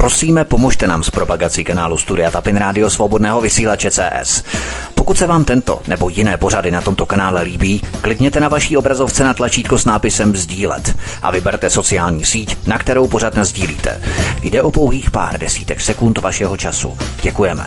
Prosíme, pomožte nám s propagací kanálu Studia Tapin Rádio Svobodného vysílače CS. Pokud se vám tento nebo jiné pořady na tomto kanále líbí, klikněte na vaší obrazovce na tlačítko s nápisem sdílet a vyberte sociální síť, na kterou pořad nasdílíte. Jde o pouhých pár desítek sekund vašeho času. Děkujeme.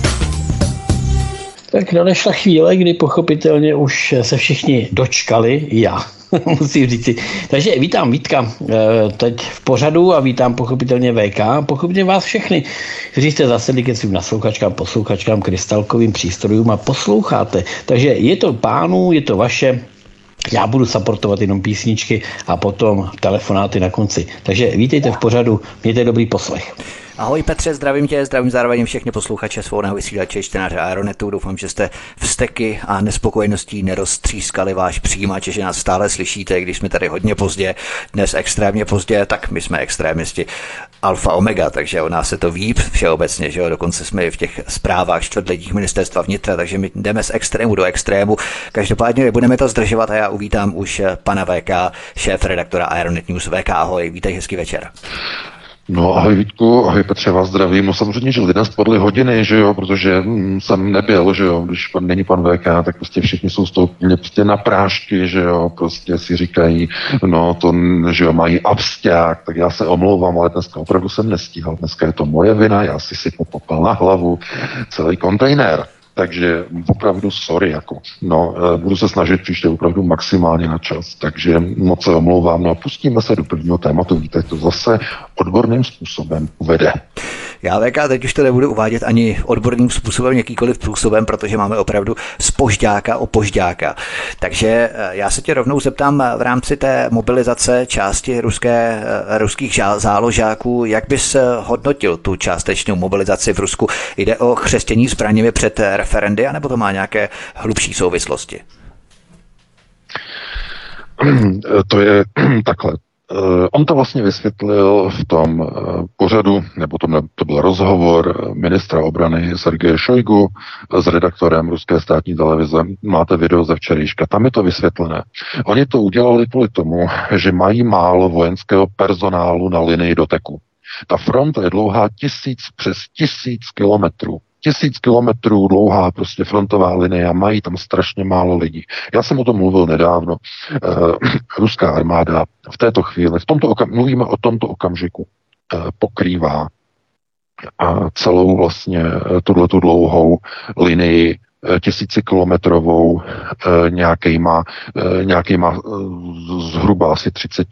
Tak nadešla chvíle, kdy pochopitelně už se všichni dočkali, já musím říci. Takže vítám Vítka teď v pořadu a vítám pochopitelně VK, pochopitelně vás všechny, kteří jste zasedli ke svým posluchačkám, krystalkovým přístrojům a posloucháte. Takže je to pánů, je to vaše, já budu supportovat jenom písničky a potom telefonáty na konci. Takže vítejte v pořadu, mějte dobrý poslech. Ahoj Petře, zdravím tě, zdravím zároveň všechny posluchače Svobodného vysílače, čtenáře Aeronetu. Doufám, že jste vzteky a nespokojeností neroztřískali váš přijímač, že nás stále slyšíte, když jsme tady hodně pozdě, dnes extrémně pozdě, tak my jsme extrémisti alfa omega, takže o nás se to ví všeobecně, že jo, dokonce jsme i v těch zprávách čtvrtletních ministerstva vnitra, takže my jdeme z extrému do extrému. Každopádně budeme to zdržovat a já uvítám už pana VK, šéf redaktora Aeronet News. VK, ahoj, vítej, hezký večer. No ahoj Vítku, ahoj Petře, vás zdravím. No samozřejmě, že lidé spadly hodiny, že jo, protože jsem nebyl, že jo, když není pan VK, tak prostě všichni jsou z toho prostě na prášky, že jo, prostě si říkají, no to, že jo, mají absťák, tak já se omlouvám, ale dneska opravdu jsem nestíhal, dneska je to moje vina, já si popapal na hlavu celý kontejner. Takže opravdu sorry, jako. No, budu se snažit příště opravdu maximálně na čas, takže moc se omlouvám. No a pustíme se do prvního tématu, víte, to zase odborným způsobem uvede. Já VK teď už to nebudu uvádět ani odborným způsobem, jakýkoliv způsobem, protože máme opravdu spožďáka o požďáka. Takže já se tě rovnou zeptám v rámci té mobilizace části ruských záložáků, jak bys hodnotil tu částečnou mobilizaci v Rusku? Jde o chřestění zbraněmi před referendy, anebo to má nějaké hlubší souvislosti? To je takhle. On to vlastně vysvětlil v tom pořadu, nebo to byl rozhovor ministra obrany Sergeje Šojgu s redaktorem ruské státní televize. Máte video ze včerejška, tam je to vysvětlené. Oni to udělali kvůli tomu, že mají málo vojenského personálu na linii doteku. Ta fronta je dlouhá přes 1000 kilometrů. 1000 kilometrů dlouhá prostě frontová linie a mají tam strašně málo lidí. Já jsem o tom mluvil nedávno. Ruská armáda v této chvíli, mluvíme o tomto okamžiku, pokrývá celou vlastně tuhletu dlouhou linii 1000kilometrovou nějakýma zhruba asi 30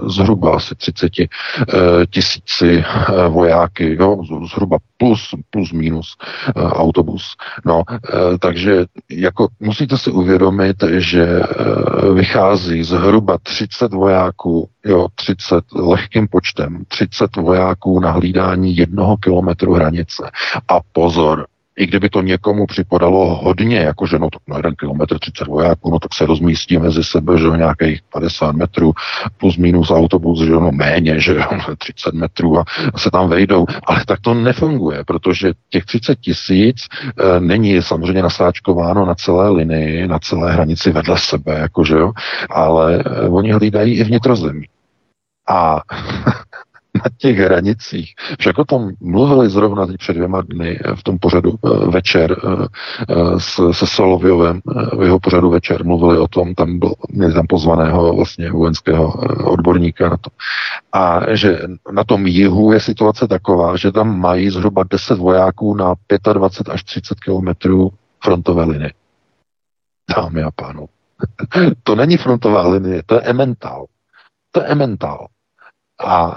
tisíci vojáky, jo, zhruba plus minus autobus. No, takže jako musíte si uvědomit, že vychází zhruba 30 vojáků, jo, 30 lehkým počtem, 30 vojáků na hlídání 1 kilometru hranice. A pozor, i kdyby to někomu připadalo hodně, jakože no tak na 1 kilometr 30 vojáků, no tak se rozmístí mezi sebe, že jo, nějakých 50 metrů plus minus autobus, že jo, no méně, že jo, 30 metrů a se tam vejdou. Ale tak to nefunguje, protože těch 30 000 není samozřejmě nasáčkováno na celé linii, na celé hranici vedle sebe, jakože jo, ale oni hlídají i vnitrozemí. A na těch hranicích. Však o tom mluvili zrovna teď před 2 dny v tom pořadu večer se Solovyovem, v jeho pořadu večer mluvili o tom, měli tam pozvaného vlastně vojenského odborníka na to. A že na tom jihu je situace taková, že tam mají zhruba 10 vojáků na 25 až 30 kilometrů frontové linie. Dámy a pánové. To není frontová linie, to je Emmental. To je Emmental. A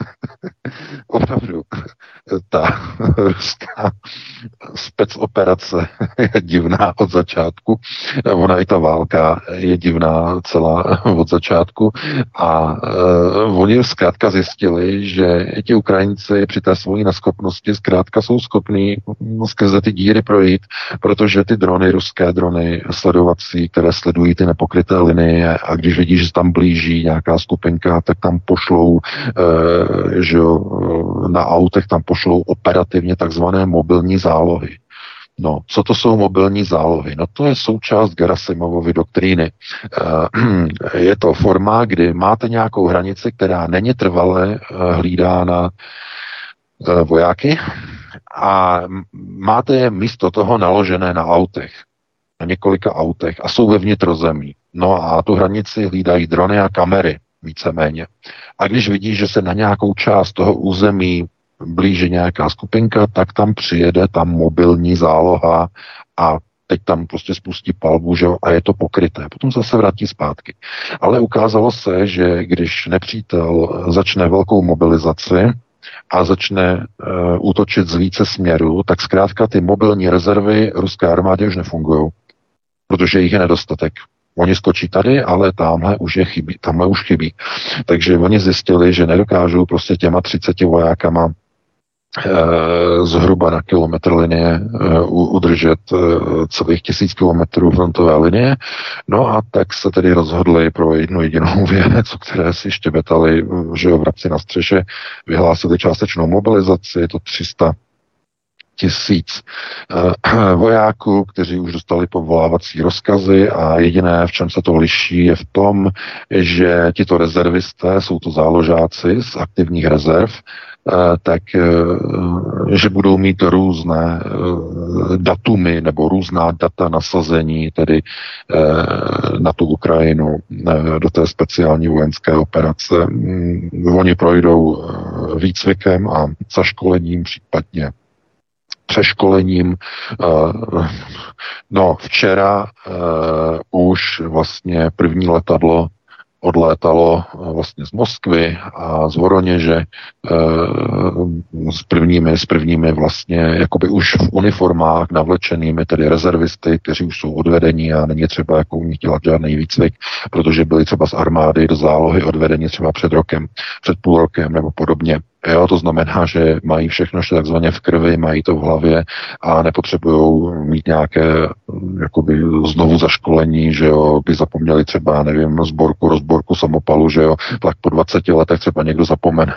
opravdu ta ruská specoperace je divná od začátku. Ona i ta válka je divná celá od začátku. A oni zkrátka zjistili, že ti Ukrajinci při té svojí neschopnosti zkrátka jsou schopní skrze ty díry projít, protože ty drony, ruské drony sledovací, které sledují ty nepokryté linie a když vidí, že se tam blíží nějaká skupinka, tak tam pošlou že na autech tam pošlou operativně takzvané mobilní zálohy. No, co to jsou mobilní zálohy? No, to je součást Gerasimovovy doktríny. Je to forma, kdy máte nějakou hranici, která není trvale hlídána vojáky a máte je místo toho naložené na autech, na několika autech a jsou ve vnitrozemí. No a tu hranici hlídají drony a kamery, víceméně. A když vidí, že se na nějakou část toho území blíží nějaká skupinka, tak tam přijede tam mobilní záloha a teď tam prostě spustí palbu, že, a je to pokryté. Potom zase vrátí zpátky. Ale ukázalo se, že když nepřítel začne velkou mobilizaci a začne útočit z více směrů, tak zkrátka ty mobilní rezervy ruské armádě už nefungují, protože jich je nedostatek. Oni skočí tady, ale tamhle už chybí. Takže oni zjistili, že nedokážou prostě těma 30 vojákama zhruba na kilometr linie udržet celých 1000 kilometrů frontové linie. No a tak se tedy rozhodli pro jednu jedinou věc, o které si štěbetali, že vrabci na střeše, vyhlásili částečnou mobilizaci, je to 300 000 vojáků, kteří už dostali povolávací rozkazy a jediné, v čem se to liší, je v tom, že tito rezervisté, jsou to záložáci z aktivních rezerv, tak že budou mít různé datumy nebo různá data nasazení tedy na tu Ukrajinu, do té speciální vojenské operace. Oni projdou výcvikem a zaškolením, případně přeškolením. No, včera už vlastně první letadlo odlétalo vlastně z Moskvy a z Voroněže s prvními vlastně jakoby už v uniformách navlečenými, tedy rezervisty, kteří už jsou odvedení a není třeba jako u nich dělat žádný výcvik, protože byli třeba z armády do zálohy odvedení třeba před půl rokem nebo podobně. Jo, to znamená, že mají všechno takzvaně v krvi, mají to v hlavě a nepotřebují mít nějaké jakoby znovu zaškolení, že jo, by zapomněli třeba, nevím, rozborku samopalu, že jo, tak po 20 letech třeba někdo zapomene.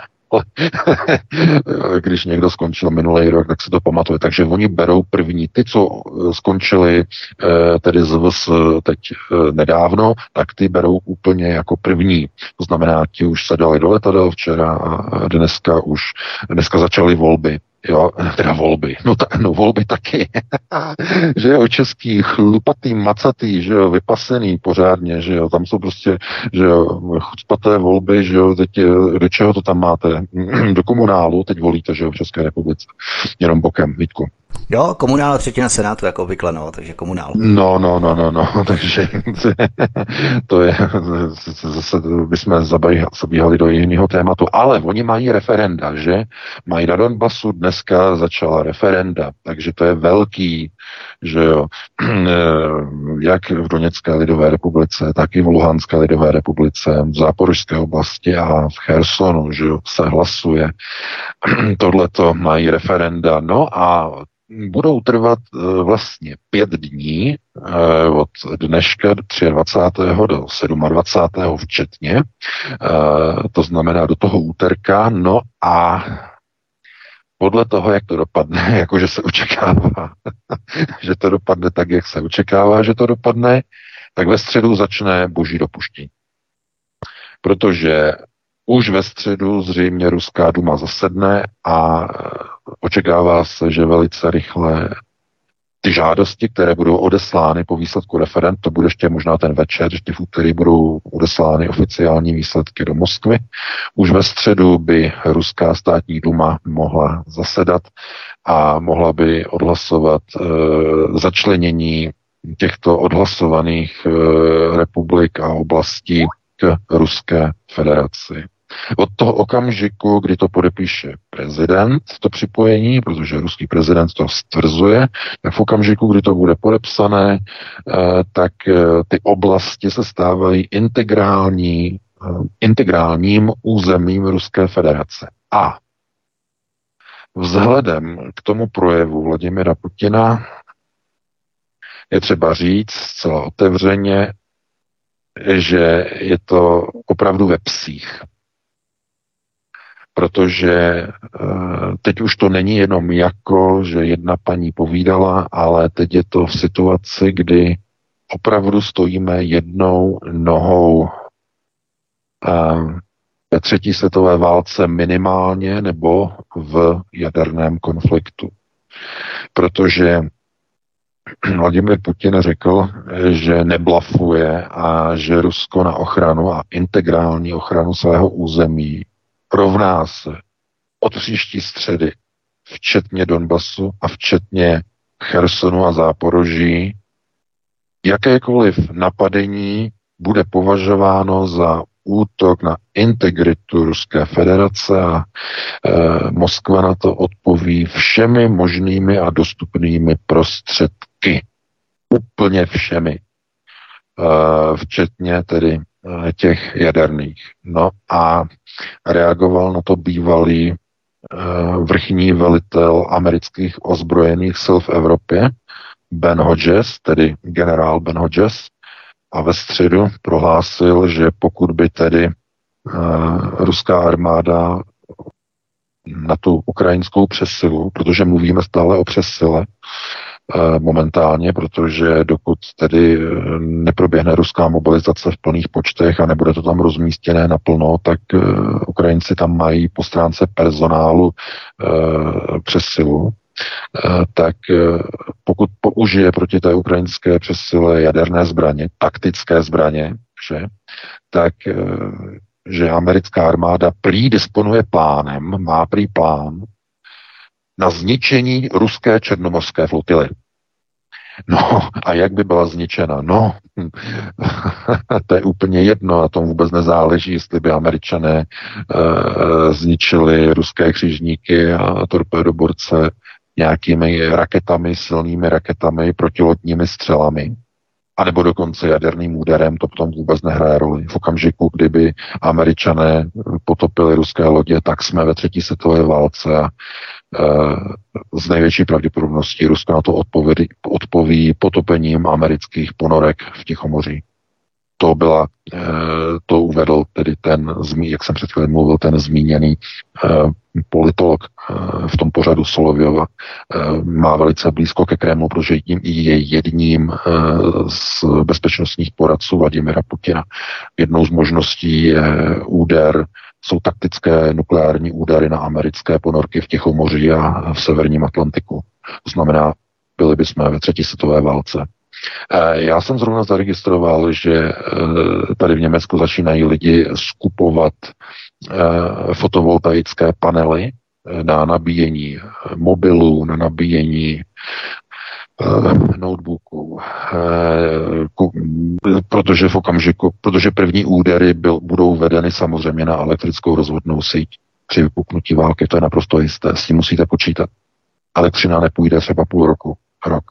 Když někdo skončil minulý rok, tak se to pamatuje. Takže oni berou první, ty, co skončili tedy teď nedávno, tak ty berou úplně jako první. To znamená, ti už se dali do letadel včera a dneska začaly volby. Jo, teda volby. No volby taky. Že jo, český chlupatý, macatý, že jo, vypasený pořádně, že jo, tam jsou prostě, že jo, chucpaté volby, že jo, teď do čeho to tam máte? Do komunálu teď volíte, že jo, v České republice. Jenom bokem, Vítku. Jo, komunál, třetina senátu, jako obvykle, no, takže komunál. No, takže to je, zase bychom zabíhali do jiného tématu, ale oni mají referenda, že? Mají na Donbasu dneska začala referenda, takže to je velký, že jo, jak v Doněcké lidové republice, tak i v Luhanské lidové republice, v Záporožské oblasti a v Chersonu, že jo, se hlasuje. Tohleto mají referenda, no a budou trvat vlastně 5 dní od dneška 23. do 27. včetně, to znamená do toho úterka, no a podle toho, jak to dopadne, jakože se očekává, že to dopadne tak, jak se očekává, že to dopadne, tak ve středu začne boží dopuštění. Protože už ve středu zřejmě Ruská duma zasedne a očekává se, že velice rychle ty žádosti, které budou odeslány po výsledku referend, to bude ještě možná ten večer, ještě v úterý budou odeslány oficiální výsledky do Moskvy. Už ve středu by Ruská státní duma mohla zasedat a mohla by odhlasovat začlenění těchto odhlasovaných republik a oblastí k Ruské federaci. Od toho okamžiku, kdy to podepíše prezident, to připojení, protože ruský prezident to stvrzuje, tak v okamžiku, kdy to bude podepsané, tak ty oblasti se stávají integrálním územím Ruské federace. A vzhledem k tomu projevu Vladimira Putina je třeba říct zcela otevřeně, že je to opravdu ve psích. Protože teď už to není jenom jako, že jedna paní povídala, ale teď je to v situaci, kdy opravdu stojíme jednou nohou ve třetí světové válce minimálně nebo v jaderném konfliktu. Protože Vladimir Putin řekl, že neblafuje a že Rusko na ochranu a integrální ochranu svého území rovná se od příští středy, včetně Donbasu a včetně Chersonu a Záporoží, jakékoliv napadení bude považováno za útok na integritu Ruské federace a Moskva na to odpoví všemi možnými a dostupnými prostředky. Úplně všemi. Včetně tedy těch jaderných. No a reagoval na to bývalý vrchní velitel amerických ozbrojených sil v Evropě, Ben Hodges, tedy generál Ben Hodges, a ve středu prohlásil, že pokud by tedy ruská armáda na tu ukrajinskou přesilu, protože mluvíme stále o přesile momentálně, protože dokud tedy neproběhne ruská mobilizace v plných počtech a nebude to tam rozmístěné naplno, tak Ukrajinci tam mají po stránce personálu přesilu, tak pokud použije proti té ukrajinské přesile jaderné zbraně, taktické zbraně, že americká armáda prý disponuje plánem, má prý plán na zničení ruské černomorské flotily. No a jak by byla zničena? No, to je úplně jedno, na tom vůbec nezáleží, jestli by Američané zničili ruské křižníky a torpédoborce nějakými raketami, silnými raketami, protilodními střelami, anebo dokonce jaderným úderem, to potom vůbec nehraje roli. V okamžiku, kdyby Američané potopili ruské lodě, tak jsme ve třetí světové válce a z největší pravděpodobností Rusko na to odpoví potopením amerických ponorek v Tichomoří. To uvedl tedy jak jsem před chvílí mluvil, ten zmíněný politolog v tom pořadu Solovjova. Má velice blízko ke Kremlu, protože je jedním z bezpečnostních poradců Vladimira Putina. Jednou z možností je jsou taktické nukleární údery na americké ponorky v Tichomoří a v severním Atlantiku. To znamená, byli bychom ve třetí světové válce. Já jsem zrovna zaregistroval, že tady v Německu začínají lidi skupovat fotovoltaické panely na nabíjení mobilů, na nabíjení notebooků, protože první údery budou vedeny samozřejmě na elektrickou rozvodnou síť při vypuknutí války, to je naprosto jisté, s tím musíte počítat. Elektřina nepůjde třeba půl roku, rok.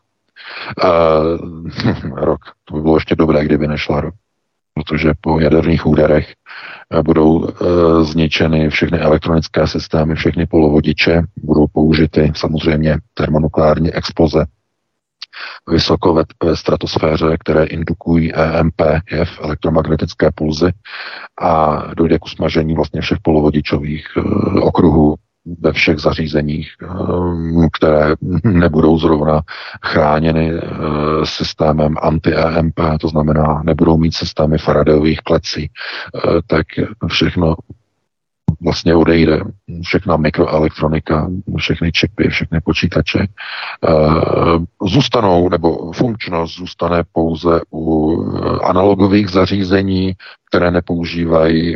Rok. To by bylo ještě dobré, kdyby nešla rok. Protože po jaderných úderech budou zničeny všechny elektronické systémy, všechny polovodiče, budou použity samozřejmě termonukleární exploze vysoko ve stratosféře, které indukují EMP, jev, elektromagnetické pulzy, a dojde k usmažení vlastně všech polovodičových okruhů ve všech zařízeních, které nebudou zrovna chráněny systémem anti-EMP, to znamená, nebudou mít systémy Faradayových klecí, tak všechno vlastně odejde. Všechna mikroelektronika, všechny čipy, všechny počítače zůstanou, nebo funkčnost zůstane pouze u analogových zařízení, které nepoužívají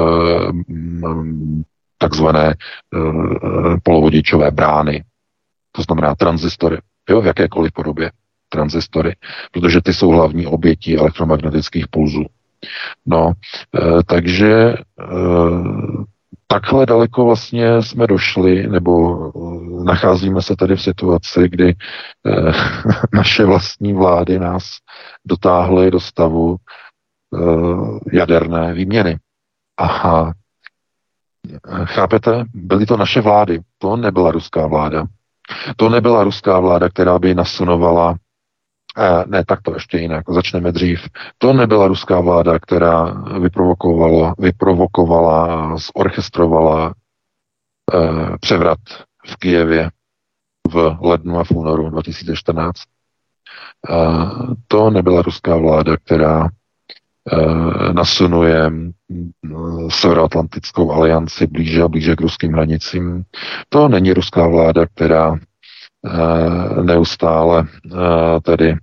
takzvané polovodičové brány, to znamená tranzistory, v jakékoliv podobě tranzistory, protože ty jsou hlavní obětí elektromagnetických pulzů. No, takže takhle daleko vlastně jsme došli, nebo nacházíme se tady v situaci, kdy naše vlastní vlády nás dotáhly do stavu jaderné výměny. Aha, chápete? Byly to naše vlády. To nebyla ruská vláda. To nebyla ruská vláda, která by nasunovala ne, tak to ještě jinak. Začneme dřív. To nebyla ruská vláda, která vyprovokovala, zorchestrovala převrat v Kyjevě v lednu a v únoru 2014. To nebyla ruská vláda, která nasunuje Severoatlantickou alianci blíže a blíže k ruským hranicím. To není ruská vláda, která neustále tedy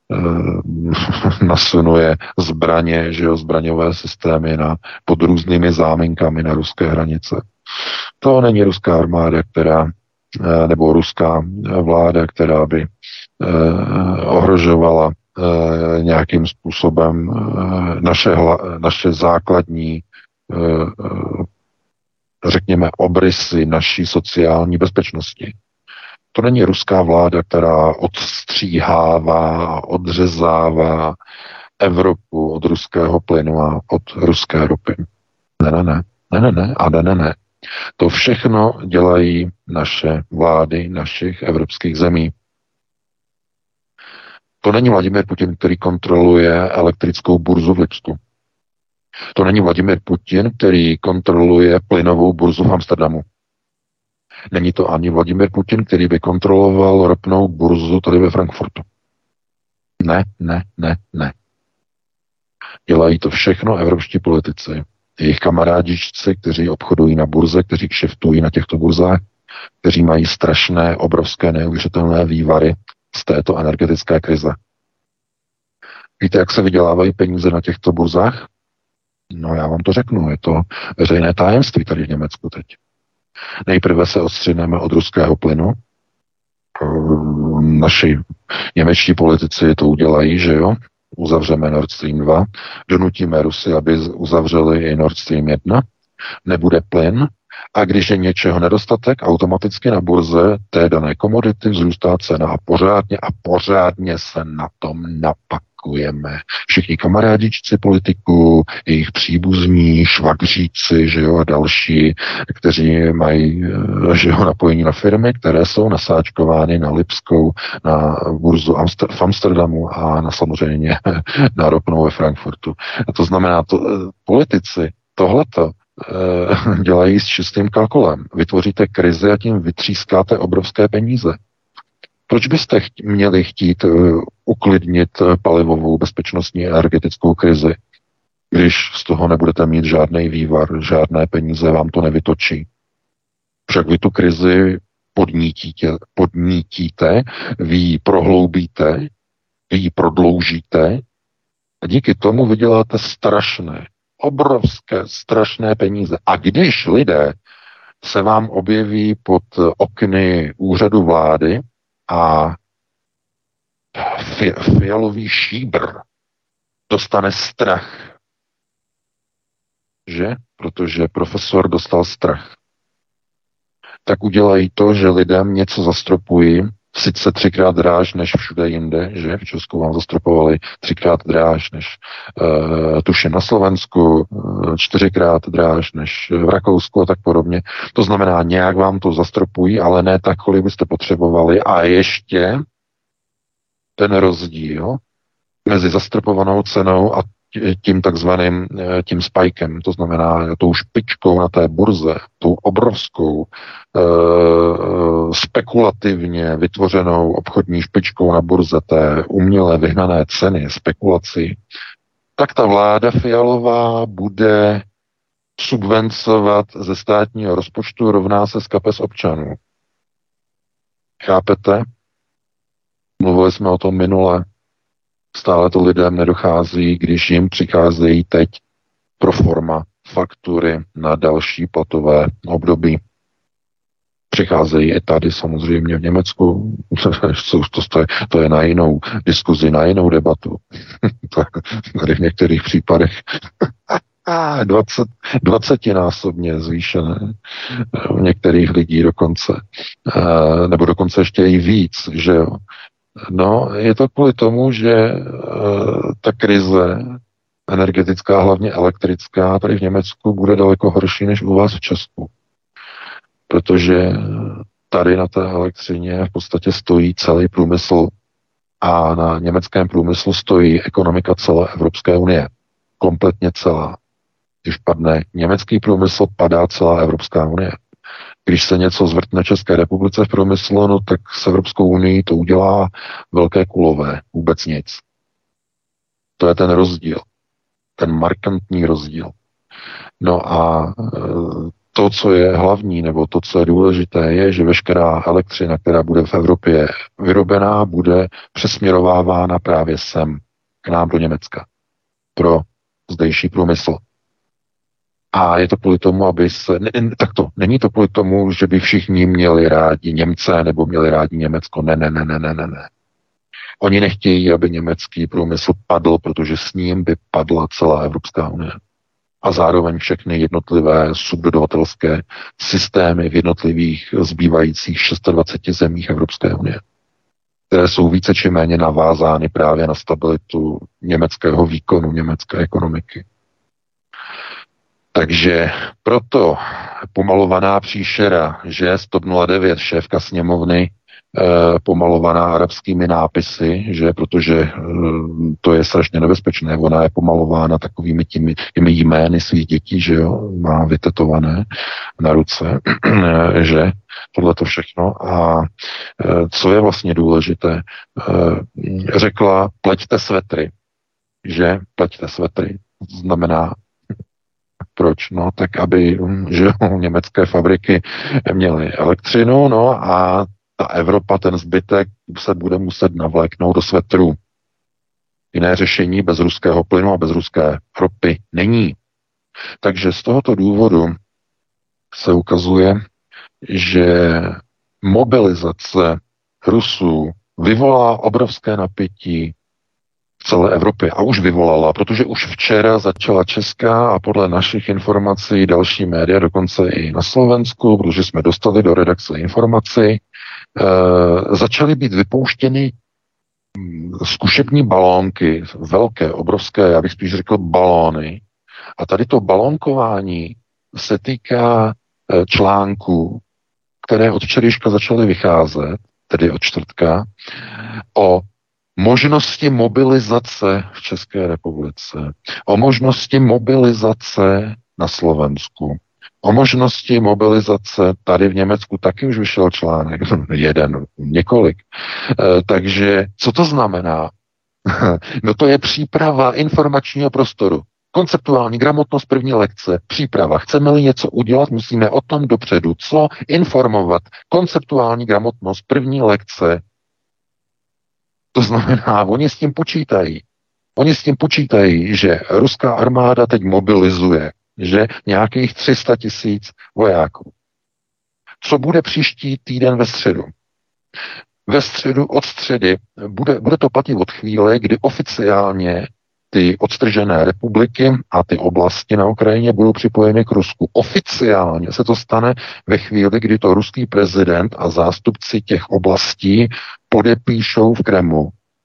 nasunuje zbraně, že jo, zbraňové systémy pod různými záminkami na ruské hranice. To není ruská armáda, nebo ruská vláda, která by ohrožovala nějakým způsobem naše základní, řekněme, obrysy naší sociální bezpečnosti. To není ruská vláda, která odstříhává, odřezává Evropu od ruského plynu a od ruské ropy. Ne. To všechno dělají naše vlády, našich evropských zemí. To není Vladimír Putin, který kontroluje elektrickou burzu v Lipsku. To není Vladimír Putin, který kontroluje plynovou burzu v Amsterdamu. Není to ani Vladimír Putin, který by kontroloval ropnou burzu tady ve Frankfurtu. Ne. Dělají to všechno evropští politici. Jejich kamarádičci, kteří obchodují na burze, kteří kšeftují na těchto burzách, kteří mají strašné, obrovské, neuvěřitelné vývary z této energetické krize. Víte, jak se vydělávají peníze na těchto burzách? No, já vám to řeknu, je to veřejné tajemství tady v Německu teď. Nejprve se odstřineme od ruského plynu. Naši němečtí politici to udělají, že jo? Uzavřeme Nord Stream 2, donutíme Rusy, aby uzavřeli i Nord Stream 1, nebude plyn a když je něčeho nedostatek, automaticky na burze té dané komodity vzrůstá cena a pořádně se na tom napakujeme. Všichni kamarádičci politiků, jejich příbuzní, švagříci, že jo, a další, kteří mají, že jo, napojení na firmy, které jsou nasáčkovány na Lipskou, na burzu v Amsterdamu a samozřejmě na ropnou ve Frankfurtu. A to znamená, politici tohleto dělají s čistým kalkulem. Vytvoříte krizi a tím vytřískáte obrovské peníze. Proč byste měli chtít uklidnit palivovou bezpečnostní energetickou krizi, když z toho nebudete mít žádný vývar, žádné peníze vám to nevytočí? Však vy tu krizi podnítíte, vy ji prohloubíte, vy ji prodloužíte a díky tomu vyděláte obrovské, strašné peníze. A když lidé se vám objeví pod okny úřadu vlády a fialový šíbr dostane strach, že? Protože profesor dostal strach. Tak udělají to, že lidem něco zastropují, sice 3x dráž než všude jinde, že v Česku vám zastropovali 3x dráž než tuším na Slovensku, 4x dráž než v Rakousku a tak podobně. To znamená, nějak vám to zastropují, ale ne tak, kolik byste potřebovali. A ještě ten rozdíl mezi zastropovanou cenou a tím takzvaným tím spikem, to znamená tou špičkou na té burze, tou obrovskou spekulativně vytvořenou obchodní špičkou na burze té uměle vyhnané ceny, spekulací, tak ta vláda Fialová bude subvencovat ze státního rozpočtu rovná se z kapes občanů. Chápete? Mluvili jsme o tom minule. Stále to lidem nedochází, když jim přicházejí teď pro forma faktury na další platové období. Přicházejí i tady samozřejmě v Německu. To je na jinou diskuzi, na jinou debatu. Tady v některých případech 20násobně zvýšené. U některých lidí dokonce. Nebo dokonce ještě i víc, že jo. No, je to kvůli tomu, že ta krize energetická, hlavně elektrická, tady v Německu bude daleko horší než u vás v Česku. Protože tady na té elektřině v podstatě stojí celý průmysl a na německém průmyslu stojí ekonomika celé Evropské unie. Kompletně celá. Když padne německý průmysl, padá celá Evropská unie. Když se něco zvrtne České republice v průmyslu, no tak s Evropskou unii to udělá velké kulové, vůbec nic. To je ten rozdíl. Ten markantní rozdíl. No a to, co je hlavní, nebo to, co je důležité, je, že veškerá elektřina, která bude v Evropě vyrobená, bude přesměrovávána právě sem, k nám do Německa, pro zdejší průmysl. A je to kvůli tomu, aby se... Takto, není to kvůli tomu, že by všichni měli rádi Němce, nebo měli rádi Německo. Ne. Oni nechtějí, aby německý průmysl padl, protože s ním by padla celá Evropská unie. A zároveň všechny jednotlivé subdodavatelské systémy v jednotlivých zbývajících 26 zemích Evropské unie, které jsou více či méně navázány právě na stabilitu německého výkonu, německé ekonomiky. Takže proto pomalovaná příšera, že TOP 09, šéfka sněmovny, pomalovaná arabskými nápisy, že protože to je strašně nebezpečné, ona je pomalována takovými těmi jmény svých dětí, že jo, má vytetované na ruce, že tohle to všechno. A co je vlastně důležité, řekla, pleťte svetry, že pleťte svetry, znamená proč? No, tak aby že německé fabriky měly elektřinu, no a ta Evropa, ten zbytek se bude muset navléknout do svetru. Jiné řešení bez ruského plynu a bez ruské ropy není. Takže z tohoto důvodu se ukazuje, že mobilizace Rusů vyvolá obrovské napětí v celé Evropě. A už vyvolala, protože už včera začala česká a podle našich informací další média, dokonce i na Slovensku, protože jsme dostali do redakce informaci, začaly být vypouštěny zkušební balónky, velké, obrovské, já bych spíš řekl balóny. A tady to balónkování se týká článků, které od včerejška začaly vycházet, tedy od čtvrtka, o možnosti mobilizace v České republice, o možnosti mobilizace na Slovensku, o možnosti mobilizace tady v Německu taky už vyšel článek, jeden, několik. Takže co to znamená? No to je příprava informačního prostoru. Konceptuální gramotnost první lekce, příprava. Chceme-li něco udělat, musíme o tom dopředu. Co? Informovat. Konceptuální gramotnost první lekce. To znamená, oni s tím počítají. Oni s tím počítají, že ruská armáda teď mobilizuje, že nějakých 300 000 vojáků. Co bude příští týden ve středu? Ve středu od středy bude to platit od chvíle, kdy oficiálně ty odstržené republiky a ty oblasti na Ukrajině budou připojeny k Rusku. Oficiálně se to stane ve chvíli, kdy to ruský prezident a zástupci těch oblastí podepíšou v Kremlu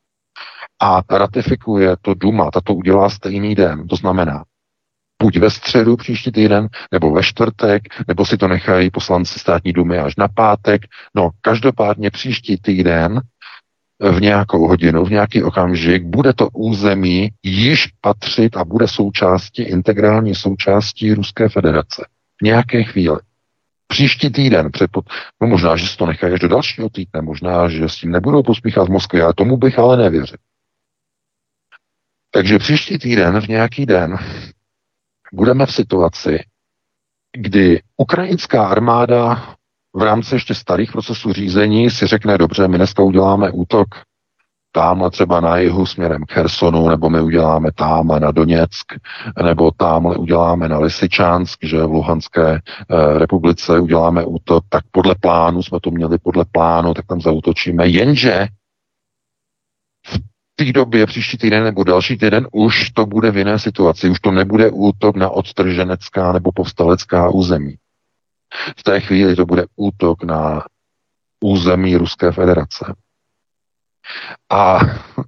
a ratifikuje to Duma, ta to udělá stejný den. To znamená, buď ve středu příští týden, nebo ve čtvrtek, nebo si to nechají poslanci státní dumy až na pátek. No, každopádně příští týden v nějakou hodinu, v nějaký okamžik bude to území již patřit a bude integrální součástí Ruské federace. V nějaké chvíli. Příští týden, no možná, že si to nechají až do dalšího týdne, možná, že s tím nebudou pospíchat v Moskvě, ale tomu bych ale nevěřil. Takže příští týden, v nějaký den, budeme v situaci, kdy ukrajinská armáda v rámci ještě starých procesů řízení si řekne, dobře, my dneska uděláme útok tamhle třeba na jihu směrem k Chersonu, nebo my uděláme tamhle na Doněck, nebo tamhle uděláme na Lysyčansk, že v Luhanské republice uděláme útok, tak podle plánu, jsme to měli podle plánu, tak tam zaútočíme, jenže v té době, příští týden nebo další týden, už to bude v jiné situaci, už to nebude útok na odtrženecká nebo povstalecká území. V té chvíli to bude útok na území Ruské federace. A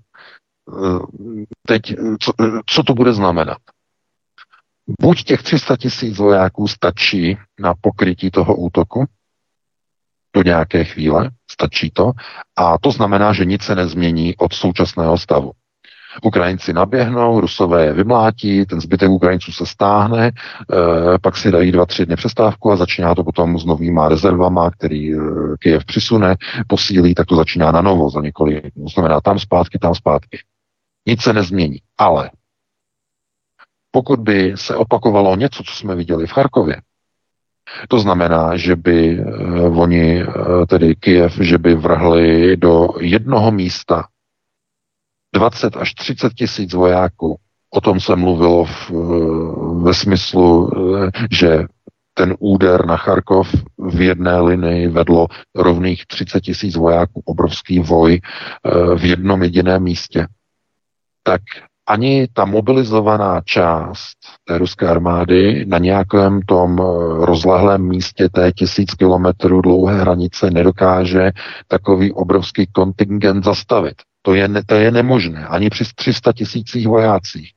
teď, co to bude znamenat? Buď těch 300 000 vojáků stačí na pokrytí toho útoku do nějaké chvíle, stačí to, a to znamená, že nic se nezmění od současného stavu. Ukrajinci naběhnou, Rusové je vymlátí, ten zbytek Ukrajinců se stáhne, pak si dají 2-3 dny přestávku a začíná to potom s novýma rezervama, který Kyjev přisune, posílí, tak to začíná na novo za několik. To znamená tam zpátky. Nic se nezmění. Ale pokud by se opakovalo něco, co jsme viděli v Charkově, to znamená, že by oni, tedy Kyjev, že by vrhli do jednoho místa 20 až 30 tisíc vojáků. O tom se mluvilo ve smyslu, že ten úder na Charkov v jedné linii vedlo rovných 30 tisíc vojáků, obrovský voj v jednom jediném místě. Tak ani ta mobilizovaná část té ruské armády na nějakém tom rozlehlém místě té 1000 kilometrů dlouhé hranice nedokáže takový obrovský kontingent zastavit. To je nemožné, ani při 300 tisících vojácích.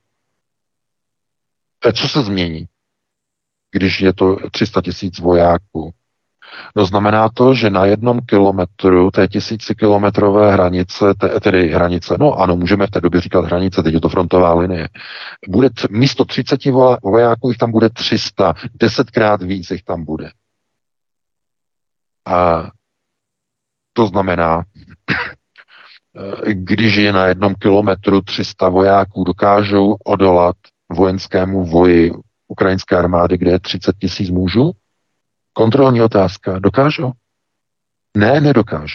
Co se změní, když je to 300 tisíc vojáků? No znamená to, že na jednom kilometru té 1000kilometrové hranice, tedy hranice, no ano, můžeme v té době říkat hranice, teď je to frontová linie, bude místo 30 vojáků jich tam bude 300, 10krát víc jich tam bude. A to znamená, když je na jednom kilometru 300 vojáků, dokážou odolat vojenskému voji ukrajinské armády, kde je 30 tisíc mužů? Kontrolní otázka. Dokážou? Ne, nedokážou.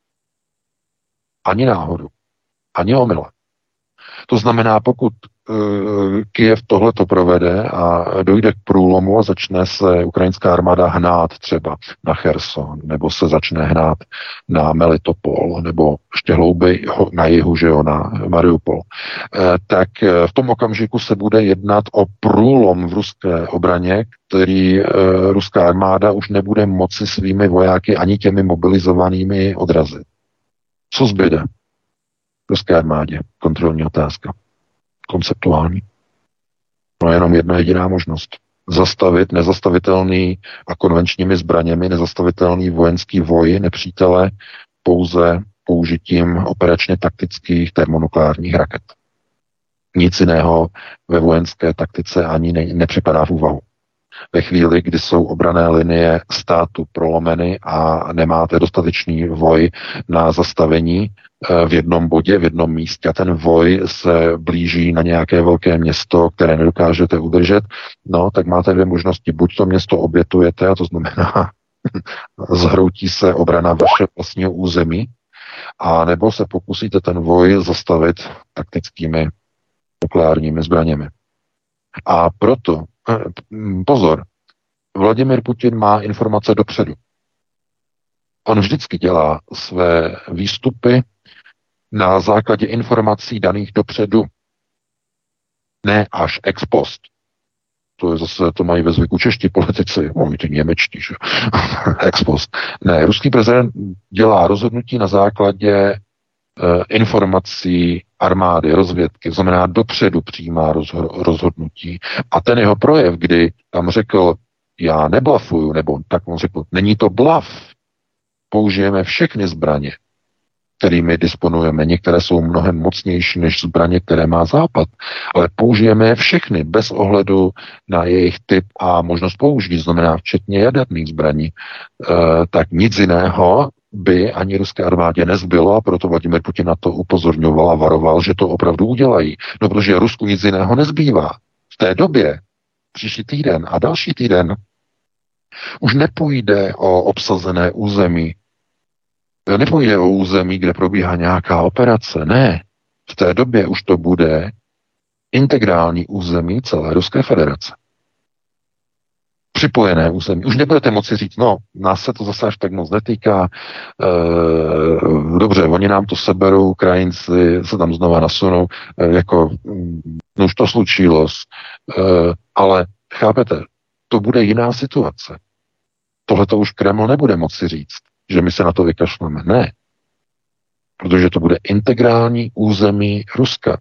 Ani náhodou. Ani omyle. To znamená, pokud Kyjev tohleto provede a dojde k průlomu a začne se ukrajinská armáda hnát třeba na Cherson, nebo se začne hnát na Melitopol, nebo ještě hlouběji na jihu, že jo, na Mariupol, tak v tom okamžiku se bude jednat o průlom v ruské obraně, který ruská armáda už nebude moci svými vojáky ani těmi mobilizovanými odrazit. Co zbyde ruské armádě? Kontrolní otázka. Konceptuální. No jenom jedna jediná možnost. Zastavit nezastavitelný a konvenčními zbraněmi nezastavitelný vojenský voj nepřítele pouze použitím operačně taktických termonukleárních raket. Nic jiného ve vojenské taktice ani nepřipadá v úvahu. Ve chvíli, kdy jsou obranné linie státu prolomeny a nemáte dostatečný voj na zastavení v jednom bodě, v jednom místě a ten voj se blíží na nějaké velké město, které nedokážete udržet, no tak máte dvě možnosti. Buď to město obětujete, a to znamená zhroutí se obrana vašeho vlastního území, a nebo se pokusíte ten voj zastavit taktickými nukleárními zbraněmi. A proto pozor, Vladimir Putin má informace dopředu. On vždycky dělá své výstupy na základě informací daných dopředu. Ne až ex post. To je zase, to mají ve zvyku čeští politici, oni ty němečtí, že? Ex post. Ne, ruský prezident dělá rozhodnutí na základě informací armády, rozvědky, to znamená dopředu přijímá rozhodnutí. A ten jeho projev, kdy tam řekl, já neblafuju, nebo tak on řekl, není to blaf, použijeme všechny zbraně, kterými disponujeme. Některé jsou mnohem mocnější než zbraně, které má Západ, ale použijeme je všechny bez ohledu na jejich typ a možnost použití, znamená včetně jaderných zbraní. Tak nic jiného by ani ruské armádě nezbylo a proto Vladimir Putin na to upozorňoval a varoval, že to opravdu udělají. No, protože Rusku nic jiného nezbývá. V té době, příští týden a další týden, už nepůjde o obsazené území, nepůjde o území, kde probíhá nějaká operace. Ne. V té době už to bude integrální území celé Ruské federace. Připojené území. Už nebudete moci říct, no, nás se to zase až tak moc netýká, dobře, oni nám to seberou, Ukrajinci se tam znova nasunou, jako, no už to slučilo, ale chápete, to bude jiná situace. Tohle to už Kreml nebude moci říct, že my se na to vykašleme. Ne. Protože to bude integrální území Ruska.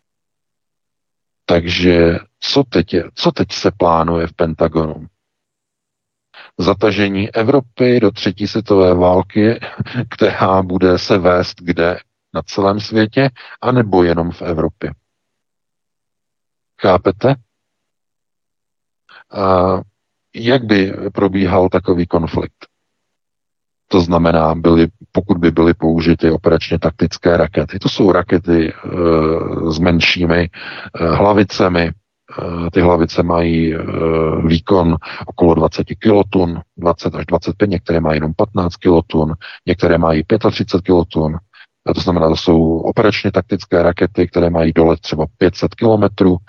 Takže co teď se plánuje v Pentagonu? Zatažení Evropy do třetí světové války, která bude se vést kde? Na celém světě, anebo jenom v Evropě? Chápete? A jak by probíhal takový konflikt? To znamená, pokud by byly použity operačně taktické rakety. To jsou rakety s menšími hlavicemi, ty hlavice mají výkon okolo 20 kilotun, 20 až 25, některé mají jenom 15 kilotun, některé mají 35 kilotun. To znamená, to jsou operačně taktické rakety, které mají dolet třeba 500 kilometrů.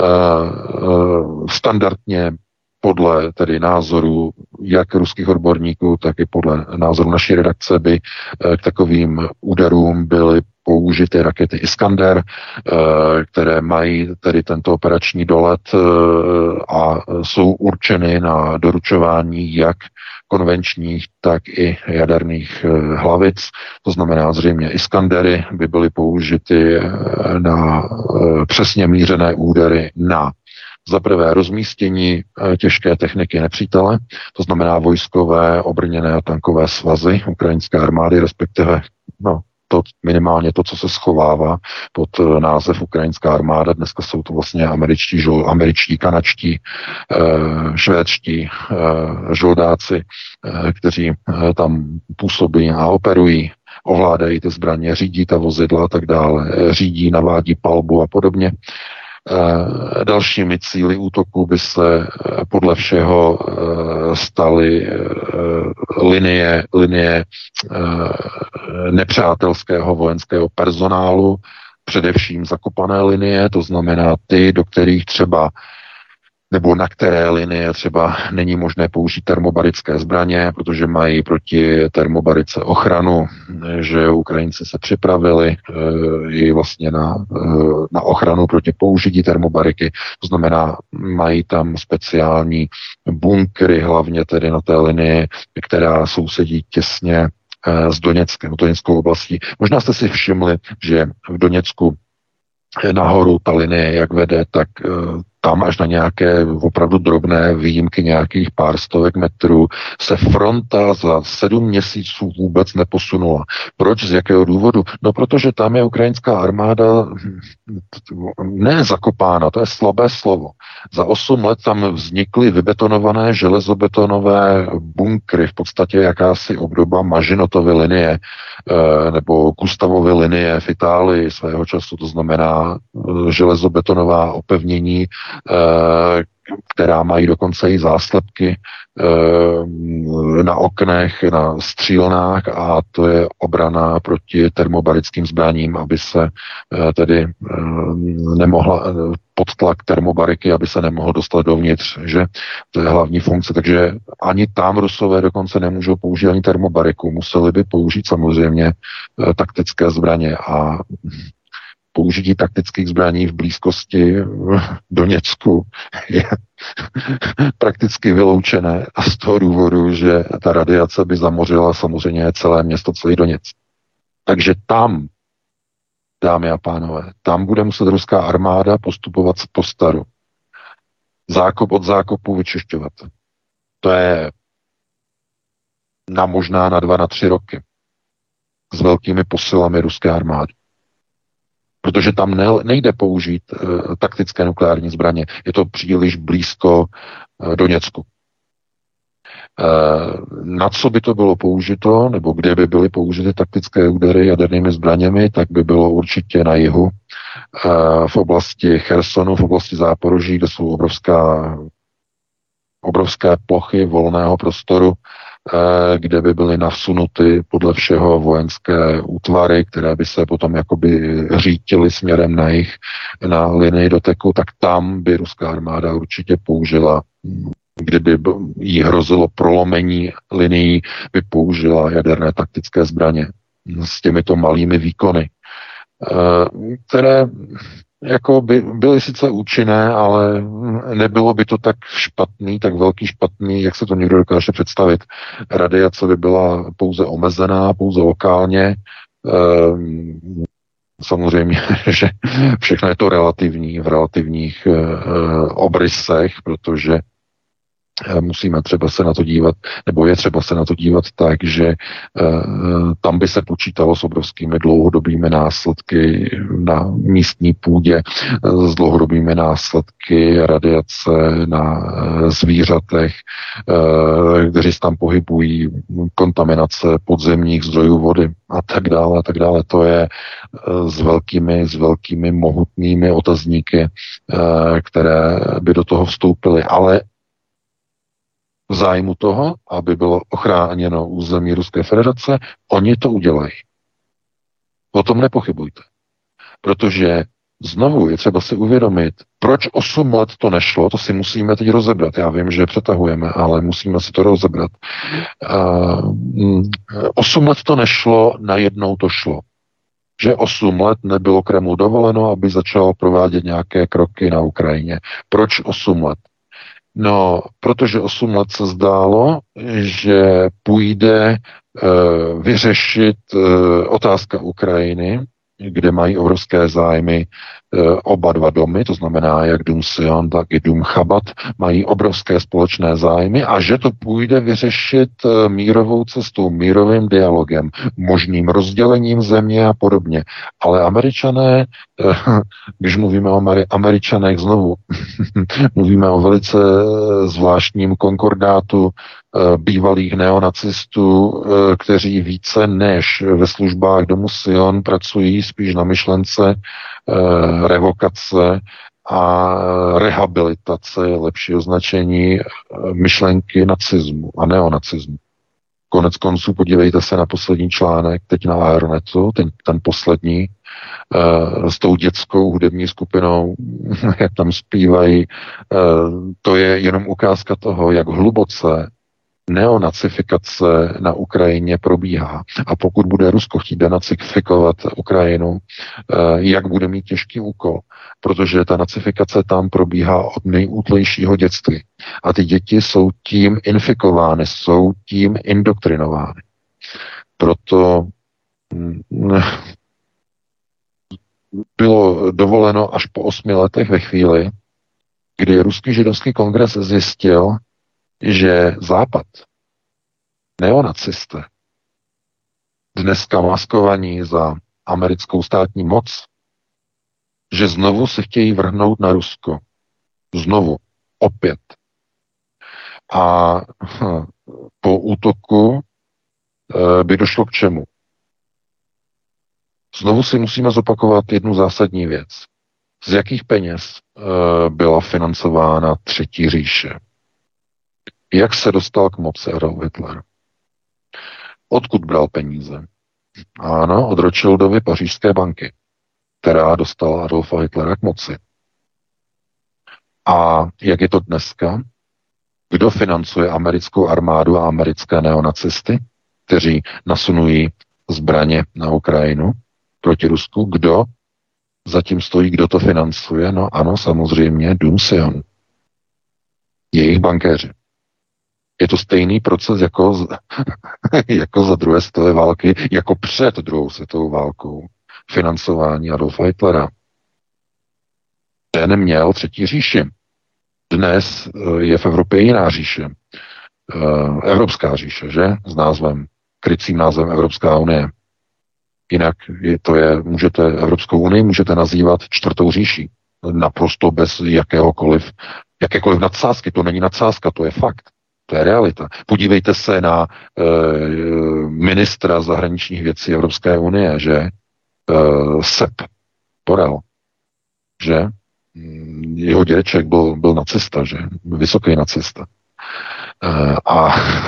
Standardně podle tedy názoru jak ruských odborníků, tak i podle názoru naší redakce by k takovým úderům byly použity rakety Iskander, které mají tedy tento operační dolet a jsou určeny na doručování jak konvenčních, tak i jaderných hlavic. To znamená zřejmě Iskandery by byly použity na přesně mířené údery na za prvé rozmístění těžké techniky nepřítele, to znamená vojskové, obrněné a tankové svazy ukrajinské armády, respektive to minimálně to, co se schovává pod název ukrajinská armáda. Dneska jsou to vlastně američtí, kanačtí, švédští žoldáci, kteří tam působí a operují, ovládají ty zbraně, řídí ta vozidla a tak dále, řídí, navádí palbu a podobně. Dalšími cíli útoku by se podle všeho staly linie nepřátelského vojenského personálu, především zakopané linie, to znamená ty, do kterých třeba nebo na které linie třeba není možné použít termobarické zbraně, protože mají proti termobarice ochranu, že Ukrajinci se připravili i vlastně na ochranu proti použití termobariky. To znamená, mají tam speciální bunkry, hlavně tedy na té linii, která sousedí těsně s Doněckem, Doněckou oblastí. Možná jste si všimli, že v Doněcku nahoru ta linie, jak vede, tak tam až na nějaké opravdu drobné výjimky nějakých pár stovek metrů se fronta za 7 měsíců vůbec neposunula. Proč? Z jakého důvodu? No, protože tam je ukrajinská armáda ne zakopána, to je slabé slovo. Za 8 let tam vznikly vybetonované železobetonové bunkry, v podstatě jakási obdoba Mažinotovy linie nebo Gustavovy linie v Itálii svého času, to znamená železobetonová opevnění, která mají dokonce i záslepky na oknech, na střílnách a to je obrana proti termobarickým zbraním, aby se tedy nemohla pod tlak termobariky, aby se nemohlo dostat dovnitř, že to je hlavní funkce, takže ani tam Rusové dokonce nemůžou použít ani termobariku, museli by použít samozřejmě taktické zbraně a použití taktických zbraní v blízkosti Doněcku je prakticky vyloučené a z toho důvodu, že ta radiace by zamořila samozřejmě celé město, celý Doněck. Takže tam, dámy a pánové, tam bude muset ruská armáda postupovat po staru. Zákop od zákopu vyčišťovat. To je možná na 2, na 3 roky s velkými posilami ruské armády. Protože tam nejde použít taktické nukleární zbraně. Je to příliš blízko Doněcku. Na co by to bylo použito, nebo kde by byly použity taktické údery jadernými zbraněmi, tak by bylo určitě na jihu, v oblasti Chersonu, v oblasti Záporoží, kde jsou obrovské plochy volného prostoru, kde by byly nasunuty podle všeho vojenské útvary, které by se potom jakoby řítily směrem na jih, na linii doteku, tak tam by ruská armáda určitě použila, kdyby jí hrozilo prolomení linií, by použila jaderné taktické zbraně s těmito malými výkony, které jako by byly sice účinné, ale nebylo by to tak špatný, tak velký špatný, jak se to někdo dokáže představit. Radiace by byla pouze omezená, pouze lokálně. Samozřejmě, že všechno je to relativní, v relativních obrysech, protože musíme třeba se na to dívat, nebo je třeba se na to dívat tak, že tam by se počítalo s obrovskými dlouhodobými následky na místní půdě, s dlouhodobými následky radiace na zvířatech, kteří se tam pohybují, kontaminace podzemních zdrojů vody a tak dále, a tak dále. To je s velkými mohutnými otazníky, které by do toho vstoupily, ale v zájmu toho, aby bylo ochráněno území Ruské federace, oni to udělají. O tom nepochybujte. Protože znovu je třeba si uvědomit, proč 8 let to nešlo, to si musíme teď rozebrat. Já vím, že přetahujeme, ale musíme si to rozebrat. 8 let to nešlo, najednou to šlo. Že 8 let nebylo Kremlu dovoleno, aby začal provádět nějaké kroky na Ukrajině. Proč 8 let? No, protože 8 let se zdálo, že půjde vyřešit otázka Ukrajiny, kde mají obrovské zájmy oba dva domy, to znamená jak dům Sion, tak i dům Chabad, mají obrovské společné zájmy a že to půjde vyřešit mírovou cestou, mírovým dialogem, možným rozdělením země a podobně. Ale Američané, když mluvíme o Američanech znovu, mluvíme o velice zvláštním konkordátu bývalých neonacistů, kteří více než ve službách domu Sion pracují spíš na myšlence revokace a rehabilitace, lepší označení myšlenky nacismu a neonacismu. Konec konců podívejte se na poslední článek, teď na Aeronetu, ten poslední, s tou dětskou hudební skupinou, jak tam zpívají, to je jenom ukázka toho, jak hluboce neonacifikace na Ukrajině probíhá. A pokud bude Rusko chtít denacifikovat Ukrajinu, jak bude mít těžký úkol, protože ta nacifikace tam probíhá od nejútlejšího dětství. A ty děti jsou tím infikovány, jsou tím indoktrinovány. Proto bylo dovoleno až po 8 letech ve chvíli, kdy Ruský židovský kongres zjistil, že Západ, neonacisté, dneska maskovaní za americkou státní moc, že znovu se chtějí vrhnout na Rusko. Znovu. Opět. A po útoku by došlo k čemu? Znovu si musíme zopakovat jednu zásadní věc. Z jakých peněz byla financována Třetí říše? Jak se dostal k moci Adolf Hitler? Odkud bral peníze? Ano, od Rothschildovy pařížské banky, která dostala Adolfa Hitlera k moci. A jak je to dneska? Kdo financuje americkou armádu a americké neonacisty, kteří nasunují zbraně na Ukrajinu proti Rusku? Kdo zatím stojí, kdo to financuje? No ano, samozřejmě Dům Sion. Jejich bankéři. Je to stejný proces jako za druhé světové války, jako před druhou světovou válkou. Financování Adolfa Hitlera. Ten měl Třetí říši. Dnes je v Evropě jiná říše. Evropská říše, že? S názvem, krycím názvem Evropská unie. Jinak můžete Evropskou unii můžete nazývat čtvrtou říší. Naprosto bez jakékoliv nadsázky. To není nadsázka, to je fakt. To je realita. Podívejte se na ministra zahraničních věcí Evropské unie, že? Sepp Borrell, že? Jeho dědeček byl nacista, že? Vysoký nacista. A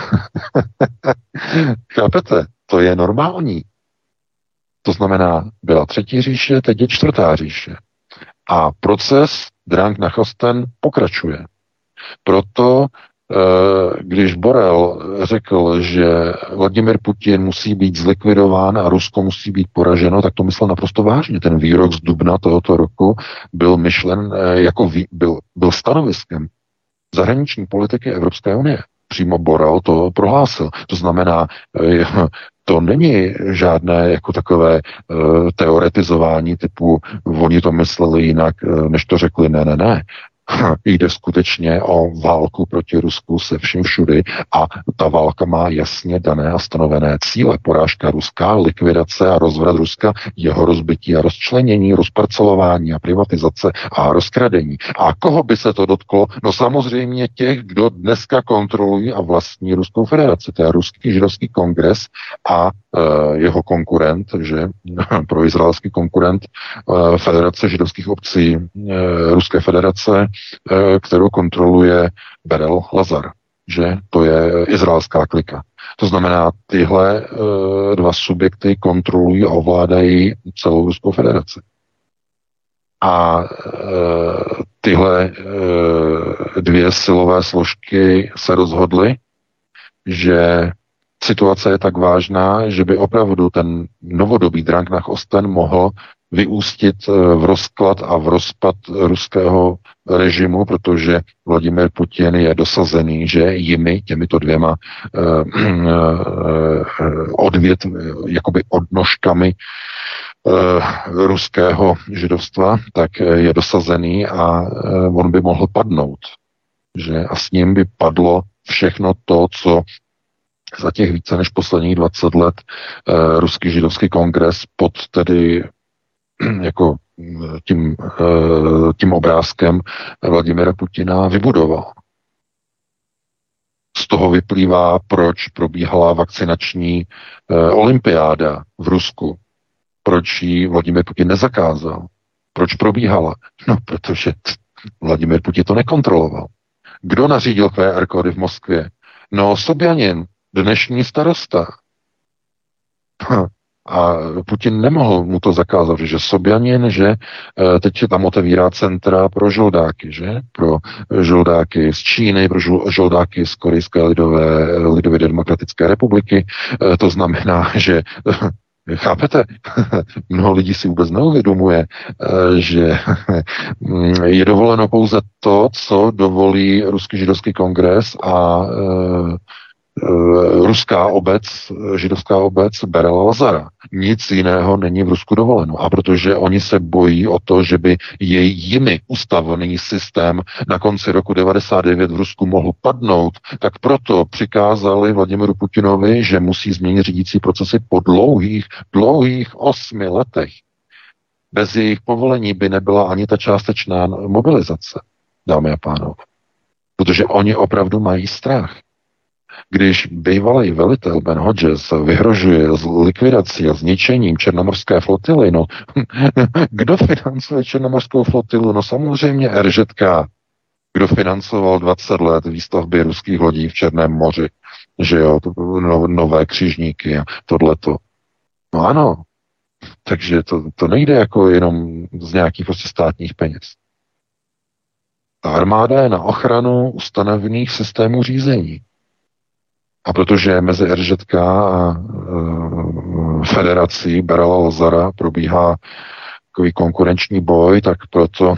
chápete? To je normální. To znamená, byla Třetí říše, teď je Čtvrtá říše. A proces Drang nach Osten pokračuje. Proto když Borrell řekl, že Vladimir Putin musí být zlikvidován a Rusko musí být poraženo, tak to myslel naprosto vážně. Ten výrok z dubna tohoto roku byl myšlen byl stanoviskem zahraniční politiky Evropské unie. Přímo Borrell to prohlásil. To znamená, to není žádné jako takové teoretizování typu oni to mysleli jinak, než to řekli. Ne. Jde skutečně o válku proti Rusku se vším všudy a ta válka má jasně dané a stanovené cíle. Porážka Ruska, likvidace a rozvrat Ruska, jeho rozbití a rozčlenění, rozparcelování a privatizace a rozkradení. A koho by se to dotklo? No samozřejmě těch, kdo dneska kontrolují a vlastní Ruskou federaci. To je Ruský židovský kongres a jeho konkurent, že proizraelský konkurent Federace židovských obcí Ruské federace, kterou kontroluje Berel Lazar, že to je izraelská klika. To znamená, tyhle dva subjekty kontrolují a ovládají celou Ruskou federaci. A tyhle dvě silové složky se rozhodly, že situace je tak vážná, že by opravdu ten novodobý Drang nach Osten mohl vyústit v rozklad a v rozpad ruského režimu, protože Vladimir Putin je dosazený, že těmito dvěma jakoby odnožkami ruského židovstva, tak je dosazený a on by mohl padnout. Že? A s ním by padlo všechno to, co za těch více než posledních 20 let Ruský židovský kongres pod tedy jako tím obrázkem Vladimira Putina vybudoval. Z toho vyplývá, proč probíhala vakcinační olympiáda v Rusku. Proč ji Vladimir Putin nezakázal. Proč probíhala? No, protože Vladimir Putin to nekontroloval. Kdo nařídil QR kódy v Moskvě? No, Sobjanin, dnešní starosta. A Putin nemohl mu to zakázat, že Sobjanin, že teď je tam otevírá centra pro žoldáky, že? Pro žoldáky z Číny, pro žoldáky z Korejské lidově demokratické republiky. To znamená, že chápete? Mnoho lidí si vůbec neuvědomuje, že je dovoleno pouze to, co dovolí Ruský židovský kongres a ruská obec, židovská obec Berela Lazara. Nic jiného není v Rusku dovoleno. A protože oni se bojí o to, že by jimi ustavený systém na konci roku 99 v Rusku mohl padnout, tak proto přikázali Vladimiru Putinovi, že musí změnit řídící procesy po dlouhých 8 letech. Bez jejich povolení by nebyla ani ta částečná mobilizace, dámy a pánové. Protože oni opravdu mají strach. Když bývalý velitel Ben Hodges vyhrožuje s likvidací a zničením černomorské flotily, no kdo financuje černomorskou flotilu? No samozřejmě RŽK. Kdo financoval 20 let výstavby ruských lodí v Černém moři, že jo, nové křižníky a tohleto. No ano, takže to nejde jako jenom z nějakých prostě státních peněz. Ta armáda je na ochranu ustanovených systémů řízení. A protože mezi RŽK a federací Berela Lazara probíhá takový konkurenční boj, tak proto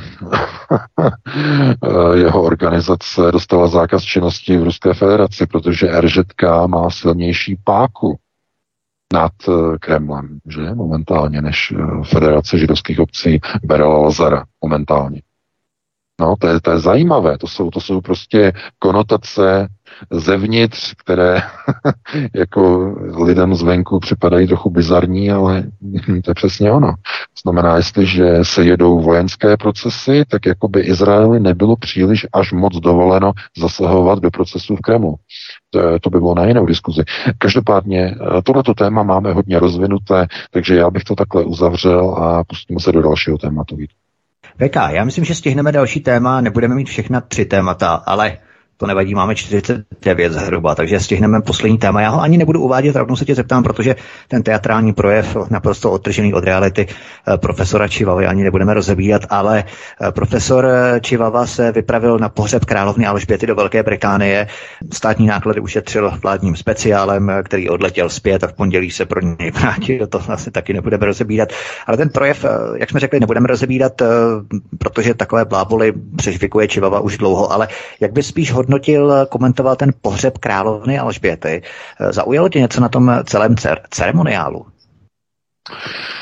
jeho organizace dostala zákaz činnosti v Ruské federaci, protože RŽK má silnější páku nad Kremlem, že momentálně, než Federace židovských obcí Berela Lazara momentálně. No, to je zajímavé, to jsou prostě konotace zevnitř, které jako lidem zvenku připadají trochu bizarní, ale to je přesně ono. To znamená, jestliže se jedou vojenské procesy, tak jako by Izraeli nebylo příliš až moc dovoleno zasahovat do procesů v Kremlu. To by bylo na jinou diskuzi. Každopádně tohleto téma máme hodně rozvinuté, takže já bych to takhle uzavřel a pustíme se do dalšího tématu. VK, já myslím, že stihneme další téma, nebudeme mít všechna 3 témata, ale to nevadí, máme 49 zhruba, takže stihneme poslední téma. Já ho ani nebudu uvádět, rovnou se tě zeptám, protože ten teatrální projev naprosto odtržený od reality profesora Čivavy ani nebudeme rozebírat, ale profesor Čivava se vypravil na pohřeb královny Alžběty do Velké Británie. Státní náklady ušetřil vládním speciálem, který odletěl zpět a v pondělí se pro něj vrátil. To asi taky nebudeme rozebírat. Ale ten projev, jak jsme řekli, nebudeme rozebírat, protože takové bláboly přežvikuje Čivava už dlouho, ale jak by spíš komentoval ten pohřeb královny Alžběty. Zaujalo tě něco na tom celém ceremoniálu?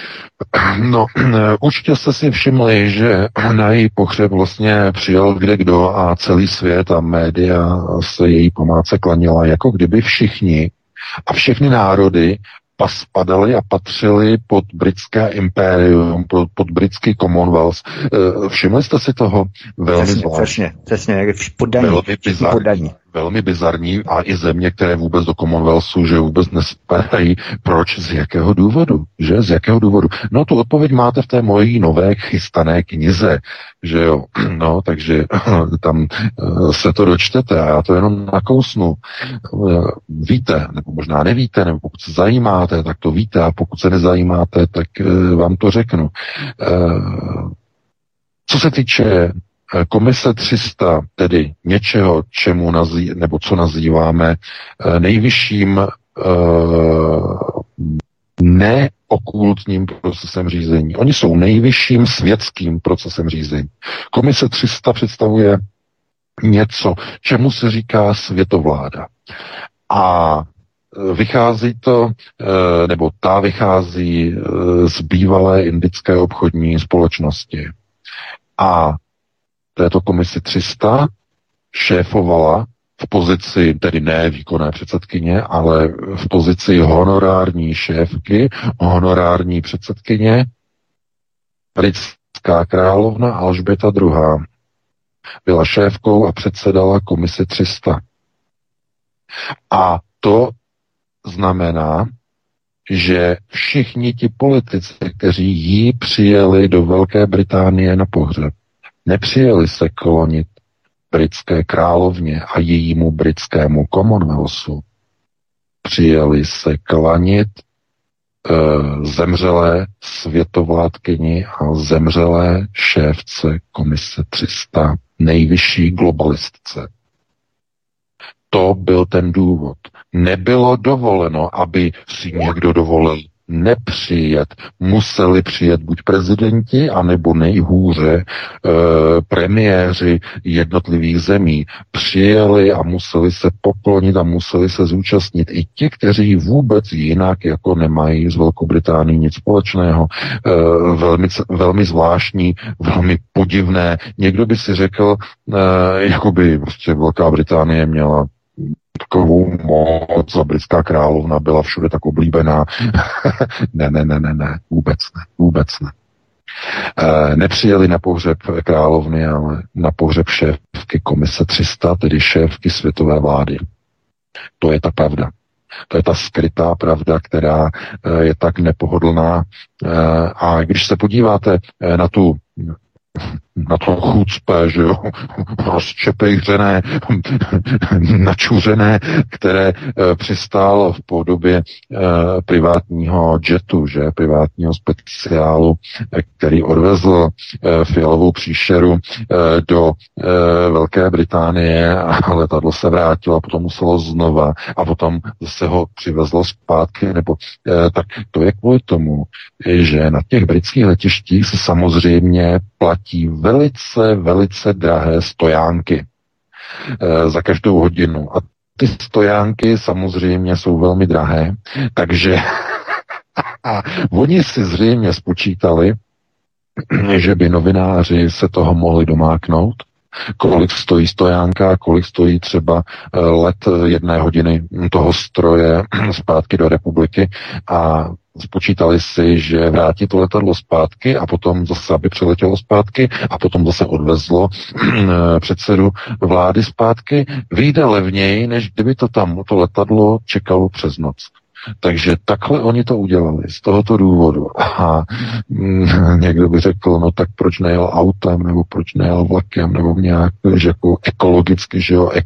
No, určitě jste si všimli, že na její pohřeb vlastně přijel kdekdo a celý svět a média se její památce klanila, jako kdyby všichni a všechny národy spadaly a patřili pod britské impérium, pod britský Commonwealth. Všimli jste si toho? Velmi zvláštní. Přesně, jak poddaní. Velmi bizarní a i země, které vůbec do Commonwealthu, že vůbec nespadají. Proč? Z jakého důvodu? Že? Z jakého důvodu? No, tu odpověď máte v té mojí nové chystané knize, že jo? No, takže tam se to dočtete a já to jenom nakousnu. Víte, nebo možná nevíte, nebo pokud se zajímáte, tak to víte a pokud se nezajímáte, tak vám to řeknu. Co se týče Komise 300, tedy něčeho, nebo co nazýváme nejvyšším neokultním procesem řízení. Oni jsou nejvyšším světským procesem řízení. Komise 300 představuje něco, čemu se říká světovláda. A vychází to, nebo ta vychází z bývalé indické obchodní společnosti. A této komisi 300 šéfovala v pozici, tedy ne výkonné předsedkyně, ale v pozici honorární šéfky, honorární předsedkyně, britská královna Alžběta II. Byla šéfkou a předsedala komisi 300. A to znamená, že všichni ti politici, kteří ji přijeli do Velké Británie na pohřeb, nepřijeli se klonit britské královně a jejímu britskému Commonwealthu. Přijeli se klanit zemřelé světovládkyni a zemřelé šéfce komise 300, nejvyšší globalistce. To byl ten důvod. Nebylo dovoleno, aby si někdo dovolil nepřijet. Museli přijet buď prezidenti, anebo nejhůře premiéři jednotlivých zemí. Přijeli a museli se poklonit a museli se zúčastnit. I ti, kteří vůbec jinak jako nemají s Velkou Británií nic společného. Velmi zvláštní, velmi podivné. Někdo by si řekl, jakoby prostě Velká Británie měla takovou moc a britská královna byla všude tak oblíbená. Ne, vůbec ne. Nepřijeli na pohřeb královny, ale na pohřeb šéfky komise 300, tedy šéfky světové vlády. To je ta pravda. To je ta skrytá pravda, která je tak nepohodlná. A když se podíváte na to chucpe, že jo, rozčepejřené, načuřené, které přistálo v podobě privátního jetu, že, privátního speciálu, který odvezl fialovou příšeru do Velké Británie a letadlo se vrátilo a potom muselo znova a potom se ho přivezlo zpátky, nebo tak to je kvůli tomu, že na těch britských letištích se samozřejmě platí velice drahé stojánky za každou hodinu. A ty stojánky samozřejmě jsou velmi drahé, takže oni si zřejmě spočítali, že by novináři se toho mohli domáknout, kolik stojí stojánka, kolik stojí třeba let 1 hodiny toho stroje zpátky do republiky a spočítali si, že vrátí to letadlo zpátky a potom zase, aby přiletělo zpátky a potom zase odvezlo předsedu vlády zpátky, vyjde levněji, než kdyby to letadlo čekalo přes noc. Takže takhle oni to udělali, z tohoto důvodu. A někdo by řekl, no tak proč nejel autem, nebo proč nejel vlakem, nebo nějak, že jako ekologicky, že jo,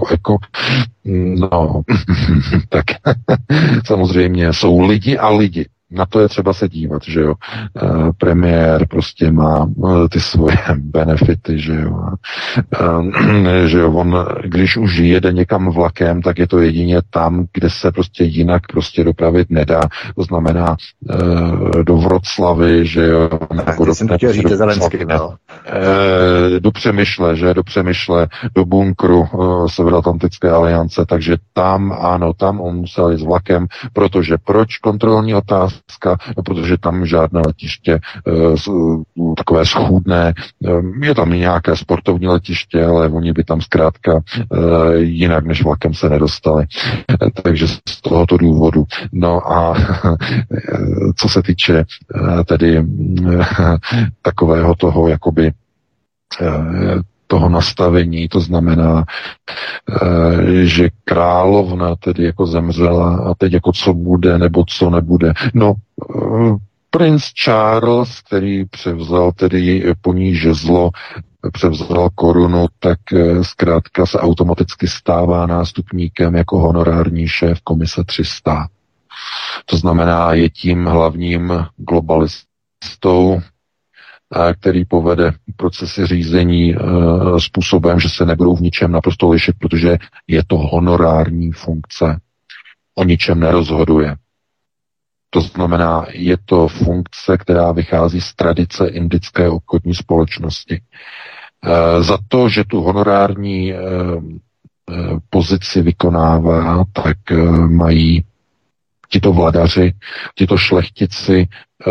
no, tak samozřejmě jsou lidi a lidi. Na to je třeba se dívat, že jo. Premiér prostě má ty svoje benefity, že jo. Že jo, on, když už jede někam vlakem, tak je to jedině tam, kde se prostě jinak prostě dopravit nedá. To znamená do Vroclavy, že jo. Tak, jsem chtěl říct Zelenský, no. do Přemyšle, že? Do Přemyšle, do bunkru Severoatlantické aliance, takže tam, ano, tam on musel jít s vlakem, protože proč kontrolní otázka? No, protože tam žádné letiště takové schůdné, je tam i nějaké sportovní letiště, ale oni by tam zkrátka jinak než vlakem se nedostali. Takže z tohoto důvodu. No a co se týče tedy takového toho jakoby toho nastavení, to znamená, že královna tedy jako zemřela a teď jako co bude nebo co nebude. No, princ Charles, který převzal tedy po ní žezlo, převzal korunu, tak zkrátka se automaticky stává nástupníkem jako honorární šéf komise 300. To znamená, je tím hlavním globalistou, který povede procesy řízení způsobem, že se nebudou v ničem naprosto lišit, protože je to honorární funkce. O ničem nerozhoduje. To znamená, je to funkce, která vychází z tradice indické obchodní společnosti. Za to, že tu honorární pozici vykonává, tak mají tito vladaři, tito šlechtici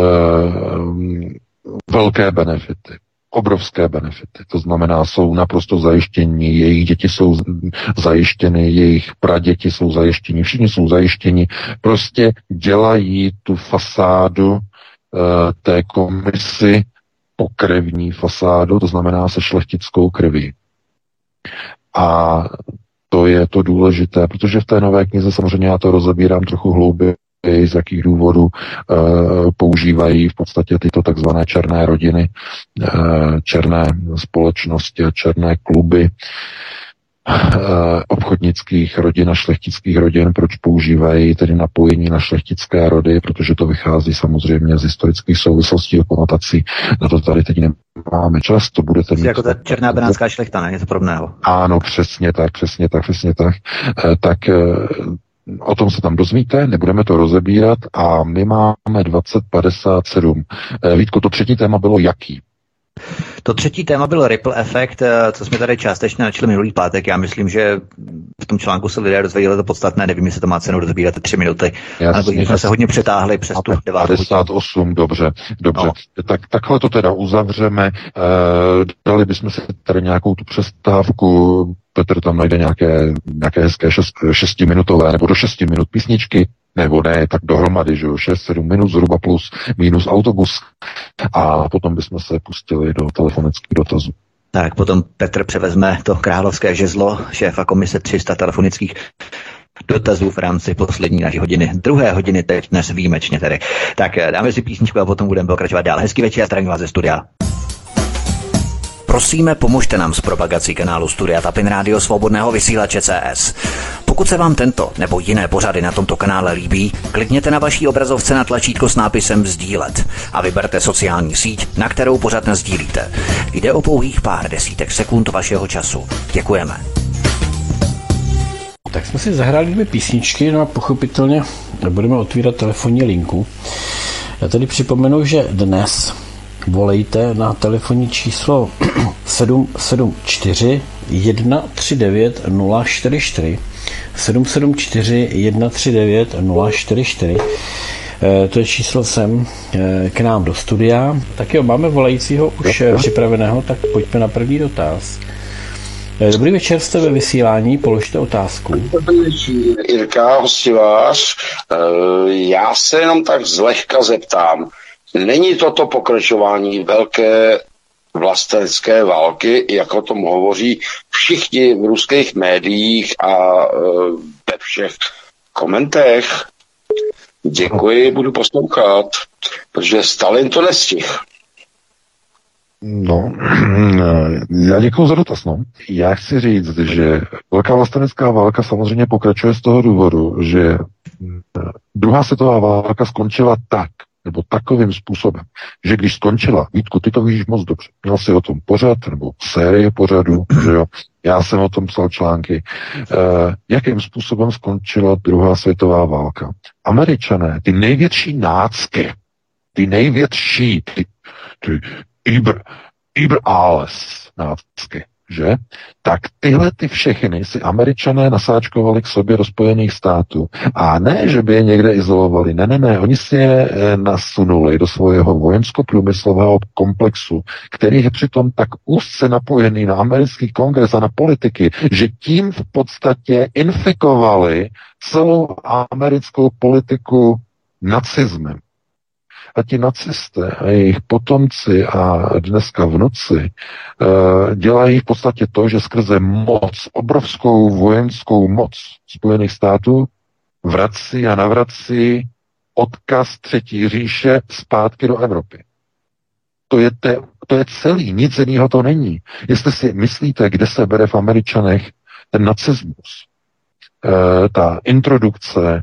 velké benefity, obrovské benefity. To znamená, jsou naprosto zajištěni, jejich děti jsou zajištěny, jejich praděti jsou zajištěni, všichni jsou zajištěni. Prostě dělají tu fasádu té komisi, pokrevní fasádu, to znamená se šlechtickou krví. A to je to důležité, protože v té nové knize samozřejmě já to rozebírám trochu hlouběji, z jakých důvodů používají v podstatě tyto takzvané černé rodiny, černé společnosti a černé kluby obchodnických rodin a šlechtických rodin, proč používají tedy napojení na šlechtické rody, protože to vychází samozřejmě z historických souvislostí a konotací. Na to tady teď nemáme čas, to budete mít. Jako ta černá benátská šlechta, ne? Něco podobného. Ano, přesně tak. Tak o tom se tam dozvíte, nebudeme to rozebírat a my máme 2057. Vítko, to třetí téma bylo jaký? To třetí téma byl ripple efekt, co jsme tady částečně načali minulý pátek. Já myslím, že v tom článku se lidé dozvěděli to podstatné, nevím, jestli to má cenu rozebírat 3 minuty. Jasně, jsme se hodně přetáhli přes tu 58, dobře. No. Takhle to teda uzavřeme. Dali bychom si tady nějakou tu přestávku. Petr tam najde nějaké hezké 6minutové nebo do 6 minut písničky. Nebo ne, tak dohromady, že jo, 6-7 minut zhruba plus minus autobus. A potom bychom se pustili do telefonických dotazů. Tak potom Petr převezme to královské žezlo šéfa komise 300 telefonických dotazů v rámci poslední naší hodiny. 2. hodiny teď dnes výjimečně tedy. Tak dáme si písničku a potom budeme pokračovat dál. Hezký večer, zdravím vás ze studia. Prosíme, pomožte nám s propagací kanálu Studia Tapin Rádio Svobodného vysílače CS. Pokud se vám tento nebo jiné pořady na tomto kanále líbí, klikněte na vaší obrazovce na tlačítko s nápisem sdílet a vyberte sociální síť, na kterou pořad nasdílíte. Jde o pouhých pár desítek sekund vašeho času. Děkujeme. Tak jsme si zahráli 2 písničky, no a pochopitelně budeme otvírat telefonní linku. Já tady připomenu, že dnes volejte na telefonní číslo 774 139 044 774 139 044. To je číslo sem k nám do studia. Tak jo, máme volajícího už připraveného, tak pojďme na první dotaz. Dobrý večer, jste ve vysílání, položte otázku. Jirka, hostivář, já se jenom tak zlehka zeptám. Není toto pokračování velké vlastenecké války, jak o tom hovoří všichni v ruských médiích a ve všech komentech? Děkuji, budu poslouchat, protože Stalin to nestihl. No, já děkuju za dotaz, no. Já chci říct, že velká vlastenecká válka samozřejmě pokračuje z toho důvodu, že druhá světová válka skončila tak, nebo takovým způsobem, že když skončila, Vítku, ty to víš moc dobře, měl si o tom pořad, nebo série pořadu, že jo, já jsem o tom psal články, jakým způsobem skončila druhá světová válka. Američané, ty největší nácky, ty největší, ty über alles nácky, že? Tak tyhle ty všechny si Američané nasáčkovali k sobě do Spojených států. A ne, že by je někde izolovali. Ne. Oni si je nasunuli do svého vojensko-průmyslového komplexu, který je přitom tak úzce napojený na americký kongres a na politiky, že tím v podstatě infikovali celou americkou politiku nacismem. A ti nacisté a jejich potomci a dneska vnuci dělají v podstatě to, že skrze moc, obrovskou vojenskou moc Spojených států vrací a navrací odkaz Třetí říše zpátky do Evropy. To je celý, nic jiného to není. Jestli si myslíte, kde se bere v Američanech ten nacismus, ta introdukce,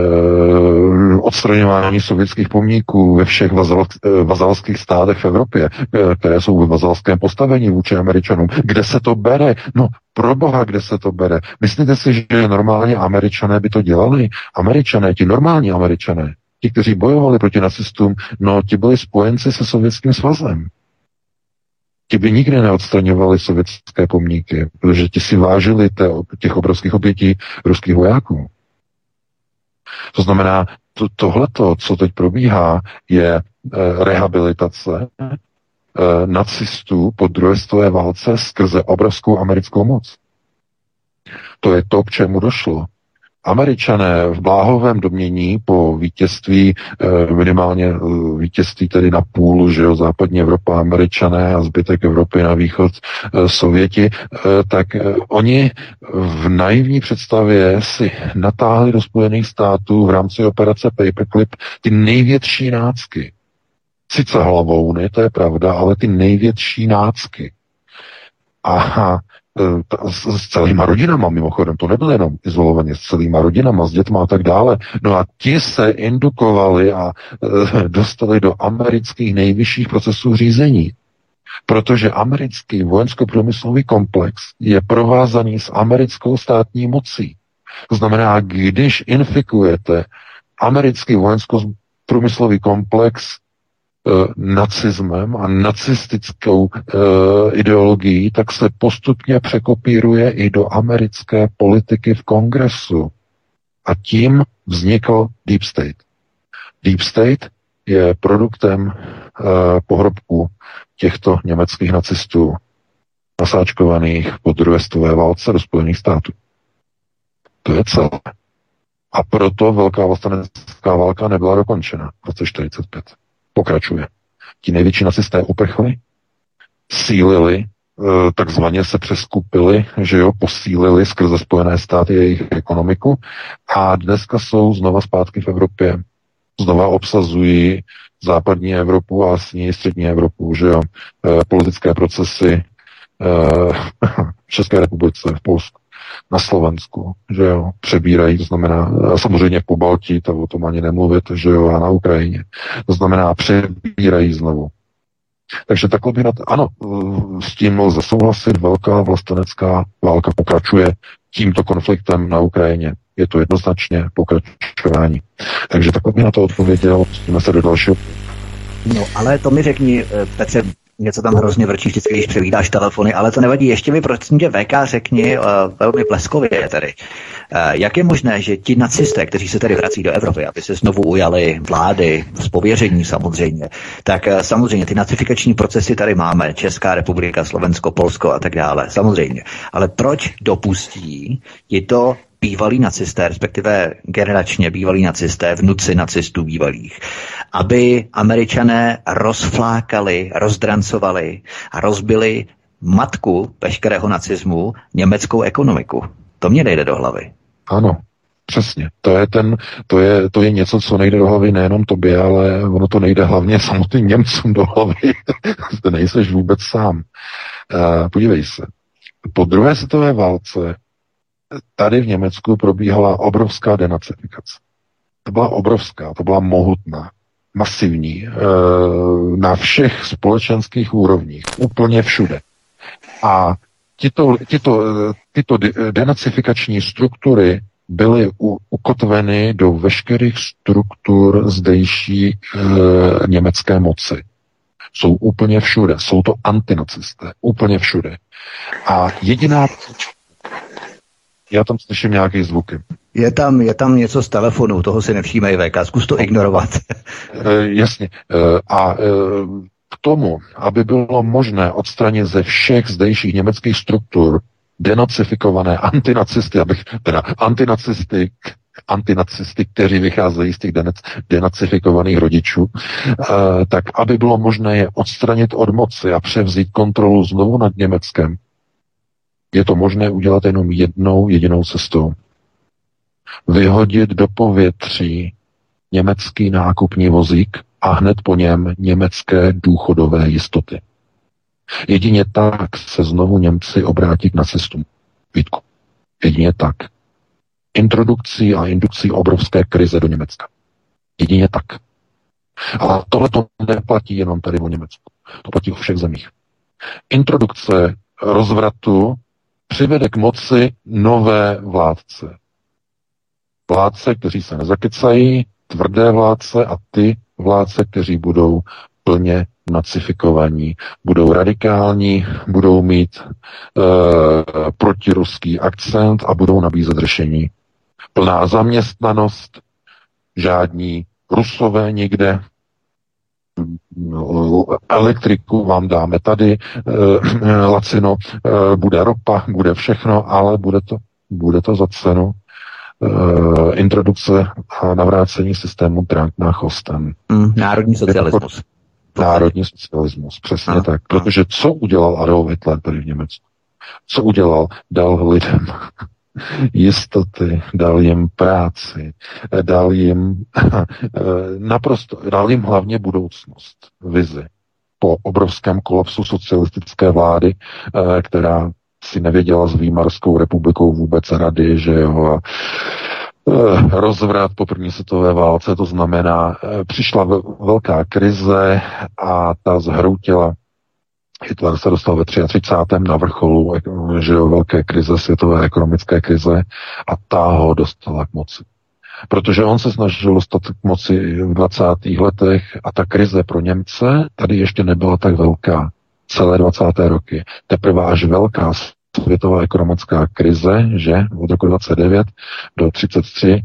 odstraňování sovětských pomníků ve všech vazalských státech v Evropě, které jsou ve vazalském postavení vůči Američanům. Kde se to bere? No, pro boha, kde se to bere? Myslíte si, že normálně Američané by to dělali? Američané, ti normální Američané, ti, kteří bojovali proti nacistům, no, ti byli spojenci se Sovětským svazem. Ti by nikdy neodstraňovali sovětské pomníky, protože ti si vážili těch obrovských obětí ruských vojáků. To znamená, tohleto, co teď probíhá, je rehabilitace nacistů po druhé světové válce skrze obrovskou americkou moc. To je to, k čemu došlo. Američané v bláhovém domění po vítězství, minimálně vítězství tedy na půl, že jo, západní Evropa, Američané a zbytek Evropy na východ, Sověti, tak oni v naivní představě si natáhli do Spojených států v rámci operace Paperclip ty největší nácky. Sice hlavouny, to je pravda, ale ty největší nácky. A s celýma rodinama, mimochodem, to nebylo jenom izolovaně, s celýma rodinama, s dětma a tak dále. No a ti se indukovali a dostali do amerických nejvyšších procesů řízení. Protože americký vojensko-průmyslový komplex je provázaný s americkou státní mocí. To znamená, když infikujete americký vojensko-průmyslový komplex nacismem a nacistickou ideologií, tak se postupně překopíruje i do americké politiky v kongresu. A tím vznikl Deep State. Deep State je produktem pohrobku těchto německých nacistů nasáčkovaných po druhé světové válce do Spojených států. To je celé. A proto Velká vlastenecká válka nebyla dokončena v roce 1945. Pokračuje. Ti největší nacisté uprchli, sílili, takzvaně se přeskupili, že jo, posílili skrze Spojené státy jejich ekonomiku a dneska jsou znova zpátky v Evropě. Znova obsazují západní Evropu a s ní střední Evropu, že jo, politické procesy v České republice, v Polsku, na Slovensku, že jo, přebírají, to znamená, samozřejmě v Pobaltí, to o tom ani nemluvit, že jo, a na Ukrajině. To znamená, přebírají znovu. Takže takhle by ano, s tím lze souhlasit, velká vlastenecká válka pokračuje tímto konfliktem na Ukrajině. Je to jednoznačně pokračování. Takže takhle by na to odpověděl, pustíme se do dalšího. No, ale to mi řekni, Petře, něco tam hrozně vrčí vždycky, když převídáš telefony, ale to nevadí. Ještě mi prosím tě, VK, řekni velmi bleskově tedy. Jak je možné, že ti nacisté, kteří se tedy vrací do Evropy, aby se znovu ujali vlády, z pověření samozřejmě, tak samozřejmě ty nacifikační procesy tady máme, Česká republika, Slovensko, Polsko a tak dále, samozřejmě. Ale proč dopustí tito bývalí nacisté, respektive generačně bývalí nacisté, vnuci nacistů bývalých, aby Američané rozflákali, rozdrancovali a rozbili matku veškerého nacismu, německou ekonomiku? To mě nejde do hlavy. Ano, přesně. To je něco, co nejde do hlavy nejenom tobě, ale ono to nejde hlavně samotným Němcům do hlavy. To nejseš vůbec sám. Podívej se. Po druhé světové válce tady v Německu probíhala obrovská denacifikace. To byla obrovská, to byla mohutná, masivní, na všech společenských úrovních, úplně všude. A tyto denacifikační struktury byly ukotveny do veškerých struktur zdejší německé moci. Jsou úplně všude. Jsou to antinacisté. Úplně všude. A jediná... Já tam slyším nějaké zvuky. Je tam něco z telefonu, toho si nevšímej, VK, zkus to ignorovat. Jasně. A k tomu, aby bylo možné odstranit ze všech zdejších německých struktur denacifikované antinacisty, kteří vycházejí z těch denacifikovaných rodičů, tak aby bylo možné je odstranit od moci a převzít kontrolu znovu nad Německem, je to možné udělat jenom jednou jedinou cestou. Vyhodit do povětří německý nákupní vozík a hned po něm německé důchodové jistoty. Jedině tak se znovu Němci obrátí k nacistům. Vítku. Jedině tak. Introdukcí a indukcí obrovské krize do Německa. Jedině tak. A tohle to neplatí jenom tady o Německu. To platí o všech zemích. Introdukce rozvratu přivede k moci nové vládce. Vládce, kteří se nezakecají, tvrdé vládce a ty vládce, kteří budou plně nacifikovaní, budou radikální, budou mít protiruský akcent a budou nabízet řešení. Plná zaměstnanost, žádní Rusové nikde, elektriku vám dáme tady, lacino, bude ropa, bude všechno, ale bude to za cenu introdukce a navrácení systému Trunk-nach-Osten. Národní socialismus. Národní socialismus, přesně tak. Protože co udělal Adolf Hitler tady v Německu? Co udělal? Dal lidem jistoty, dal jim práci, dal jim hlavně budoucnost, vizi. Po obrovském kolapsu socialistické vlády, která si nevěděla s Výmarskou republikou vůbec rady, že jo, rozvrat po první světové válce, to znamená, přišla velká krize a ta zhroutila. Hitler se dostal ve 33. na vrcholu, že jo, velké krize, světové ekonomické krize a ta ho dostala k moci. Protože on se snažil dostat k moci v 20. letech a ta krize pro Němce tady ještě nebyla tak velká. Celé 20. roky. Teprve až velká světová ekonomická krize, že od roku 29 do 33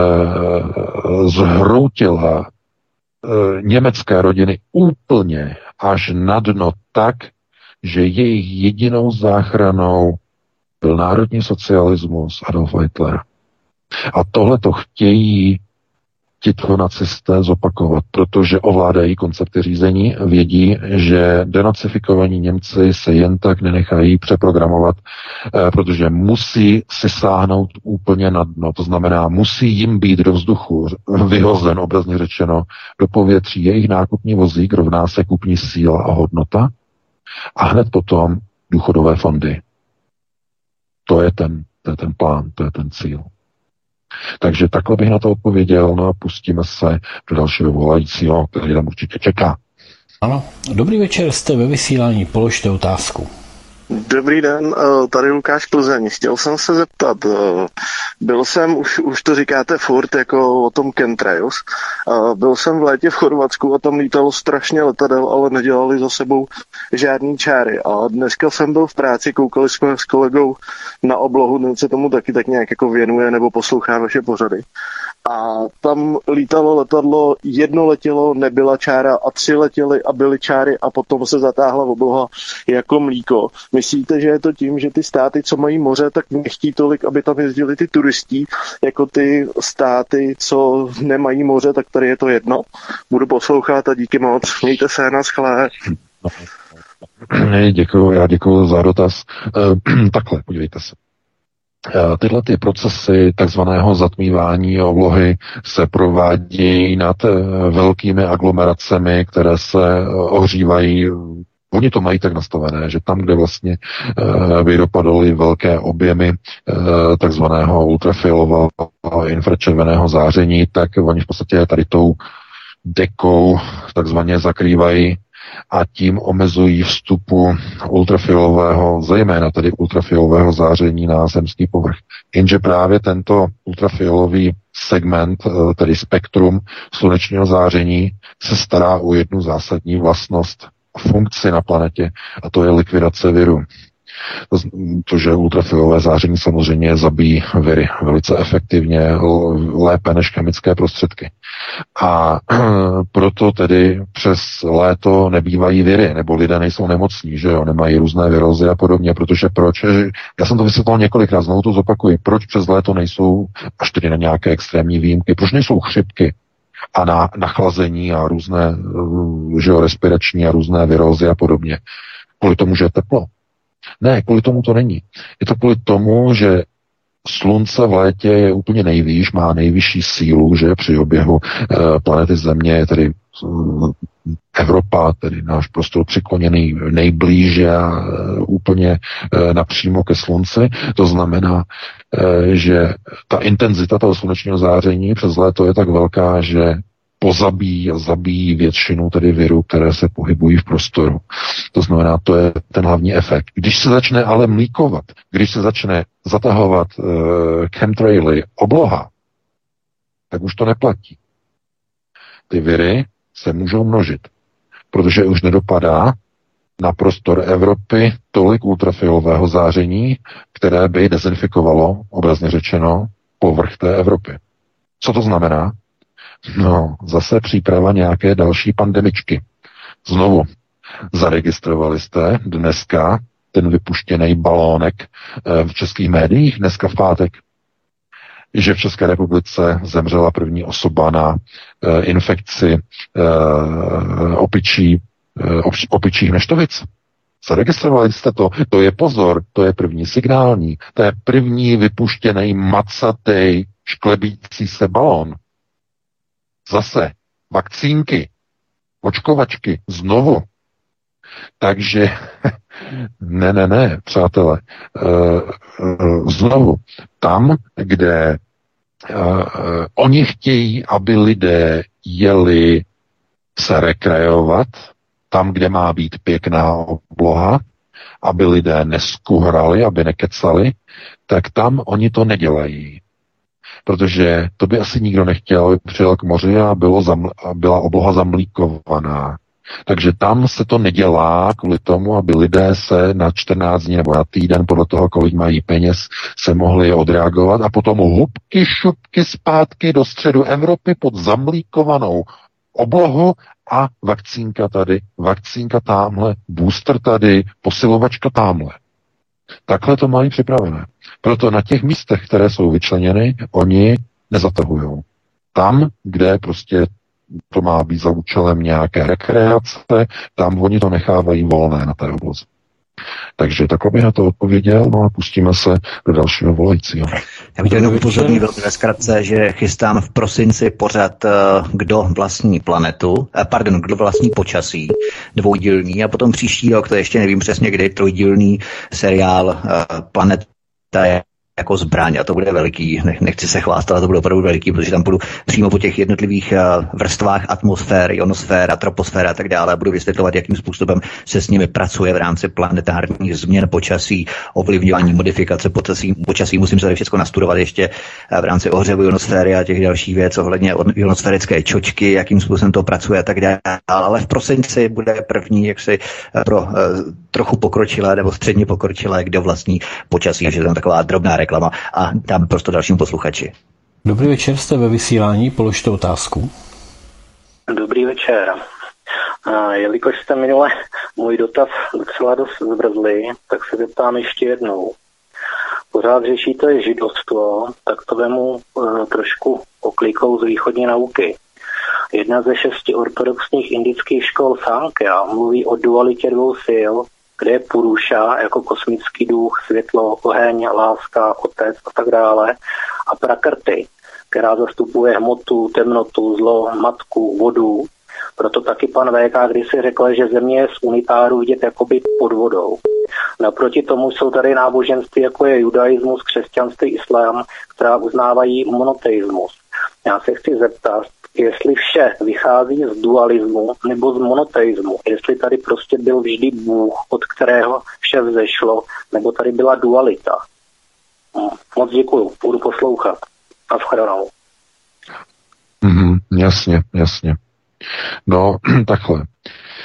zhroutila německé rodiny úplně až na dno tak, že jejich jedinou záchranou byl národní socialismus Adolfa Hitlera. A tohle to chtějí tito nacisté zopakovat, protože ovládají koncepty řízení, vědí, že denacifikovaní Němci se jen tak nenechají přeprogramovat, protože musí si sáhnout úplně na dno. To znamená, musí jim být do vzduchu vyhozen, obrazně řečeno, do povětří jejich nákupní vozík, rovná se kupní síla a hodnota a hned potom důchodové fondy. To je ten plán, to je ten cíl. Takže takhle bych na to odpověděl, no a pustíme se do dalšího volajícího, který tam určitě čeká. Ano, dobrý večer, jste ve vysílání, položte otázku. Dobrý den, tady Lukáš Plzeň. Chtěl jsem se zeptat, byl jsem, už to říkáte furt, jako o tom chemtrails, byl jsem v létě v Chorvatsku a tam lítalo strašně letadel, ale nedělali za sebou žádný čáry. A dneska jsem byl v práci, koukali jsme s kolegou na oblohu, ten se tomu taky tak nějak jako věnuje nebo poslouchá vaše pořady. A tam lítalo letadlo, jedno letělo, nebyla čára a 3 letěly a byly čáry a potom se zatáhla obloha jako mlíko. Myslíte, že je to tím, že ty státy, co mají moře, tak nechtí tolik, aby tam jezdili ty turisti, jako ty státy, co nemají moře, tak tady je to jedno. Budu poslouchat a díky moc. Mějte se, naschle. Já děkuji za dotaz. Takhle, podívejte se. Tyhle ty procesy takzvaného zatmívání oblohy se provádějí nad velkými aglomeracemi, které se ohřívají. Oni to mají tak nastavené, že tam, kde vlastně by dopadaly velké objemy takzvaného ultrafialového infračerveného záření, tak oni v podstatě tady tou dekou takzvaně zakrývají a tím omezují vstupu ultrafialového, zejména tedy ultrafialového záření na zemský povrch. Jenže právě tento ultrafialový segment, tedy spektrum slunečního záření, se stará o jednu zásadní vlastnost funkci na planetě, a to je likvidace viru. To, že ultrafilové záření samozřejmě zabíjí viry velice efektivně, lépe než chemické prostředky. A proto tedy přes léto nebývají viry, nebo lidé nejsou nemocní, že jo, nemají různé virózy a podobně, protože proč? Já jsem to vysvětlil několikrát, znovu to zopakuji, proč přes léto nejsou, až tedy na nějaké extrémní výjimky, proč nejsou chřipky a nachlazení a různé, že jo, respirační a různé virózy a podobně. Kvůli tomu, že je teplo. Ne, kvůli tomu to není. Je to kvůli tomu, že slunce v létě je úplně nejvýš, má nejvyšší sílu, že při oběhu planety Země je tedy Evropa, tedy náš prostor přikloněný nejblíže a úplně napřímo ke slunci. To znamená, že ta intenzita toho slunečního záření přes léto je tak velká, že pozabíjí a zabíjí většinu tedy virů, které se pohybují v prostoru. To znamená, to je ten hlavní efekt. Když se začne ale mlíkovat, když se začne zatahovat chemtraily, obloha, tak už to neplatí. Ty viry se můžou množit, protože už nedopadá na prostor Evropy tolik ultrafialového záření, které by dezinfikovalo, obrazně řečeno, povrch té Evropy. Co to znamená? No, zase příprava nějaké další pandemičky. Znovu, zaregistrovali jste dneska ten vypuštěný balónek v českých médiích, dneska v pátek, že v České republice zemřela první osoba na infekci opičích neštovic. Zaregistrovali jste to? To je pozor, to je první signální, to je první vypuštěný macatej šklebící se balón. Zase vakcínky, očkovačky, znovu. Takže ne, přátelé, znovu, tam, kde oni chtějí, aby lidé jeli se rekreovat, tam, kde má být pěkná obloha, aby lidé neskuhrali, aby nekecali, tak tam oni to nedělají. Protože to by asi nikdo nechtěl, aby přijel k moři a byla obloha zamlíkovaná. Takže tam se to nedělá kvůli tomu, aby lidé se na 14 dní nebo na týden, podle toho, kolik mají peněz, se mohli odreagovat a potom hubky, šupky zpátky do středu Evropy pod zamlíkovanou oblohu a vakcínka tady, vakcínka támhle, booster tady, posilovačka támhle. Takhle to mají připravené. Proto na těch místech, které jsou vyčleněny, oni nezatahujou. Tam, kde prostě to má být za účelem nějaké rekreace, tam oni to nechávají volné na té obloze. Takže takhle bych na to odpověděl, no a pustíme se do dalšího volajícího. Já bych jenom upozornil velmi ve zkratce, že chystám v prosinci pořad Kdo vlastní planetu, Kdo vlastní počasí, dvoudílný, a potom příští rok, to ještě nevím přesně kdy, trojdílný seriál Planeta jako zbraň, a to bude veliký, nechci se chvástat, ale to bude opravdu veliký, protože tam budu přímo po těch jednotlivých vrstvách atmosféry, ionosféra, troposféra a tak dále, budu vysvětlovat, jakým způsobem se s nimi pracuje v rámci planetárních změn počasí, ovlivňování, modifikace počasí. Musím se tady všechno nastudovat ještě v rámci ohřevu ionosféry a těch dalších věcí ohledně ionosférické čočky, jakým způsobem to pracuje a tak dále. Ale v prosinci bude první, jaksi pro trochu pokročilé nebo středně pokročilé, Kdo vlastní počasí, takže tam taková drobná reklama a dám prostě dalším posluchači. Dobrý večer, jste ve vysílání, položte otázku. Dobrý večer. Jelikož jste minule můj dotaz docela dost zvrzli, tak se zeptám ještě jednou. Pořád řešíte židovstvo, tak to vemu trošku oklikou z východní nauky. Jedna ze 6 ortodoxních indických škol Sánkya mluví o dualitě dvou sil, kde je Purusha jako kosmický duch, světlo, oheň, láska, otec a tak dále, a Prakrti, která zastupuje hmotu, temnotu, zlo, matku, vodu. Proto taky pan VK kdysi řekl, že země je z unitáru vidět jakoby pod vodou. Naproti tomu jsou tady náboženství, jako je judaismus, křesťanství, islám, která uznávají monoteismus. Já se chci zeptat, jestli vše vychází z dualismu nebo z monoteismu, jestli tady prostě byl vždy Bůh, od kterého vše vzešlo, nebo tady byla dualita. Moc děkuju, budu poslouchat. Naschledanou. Jasně. No, takhle.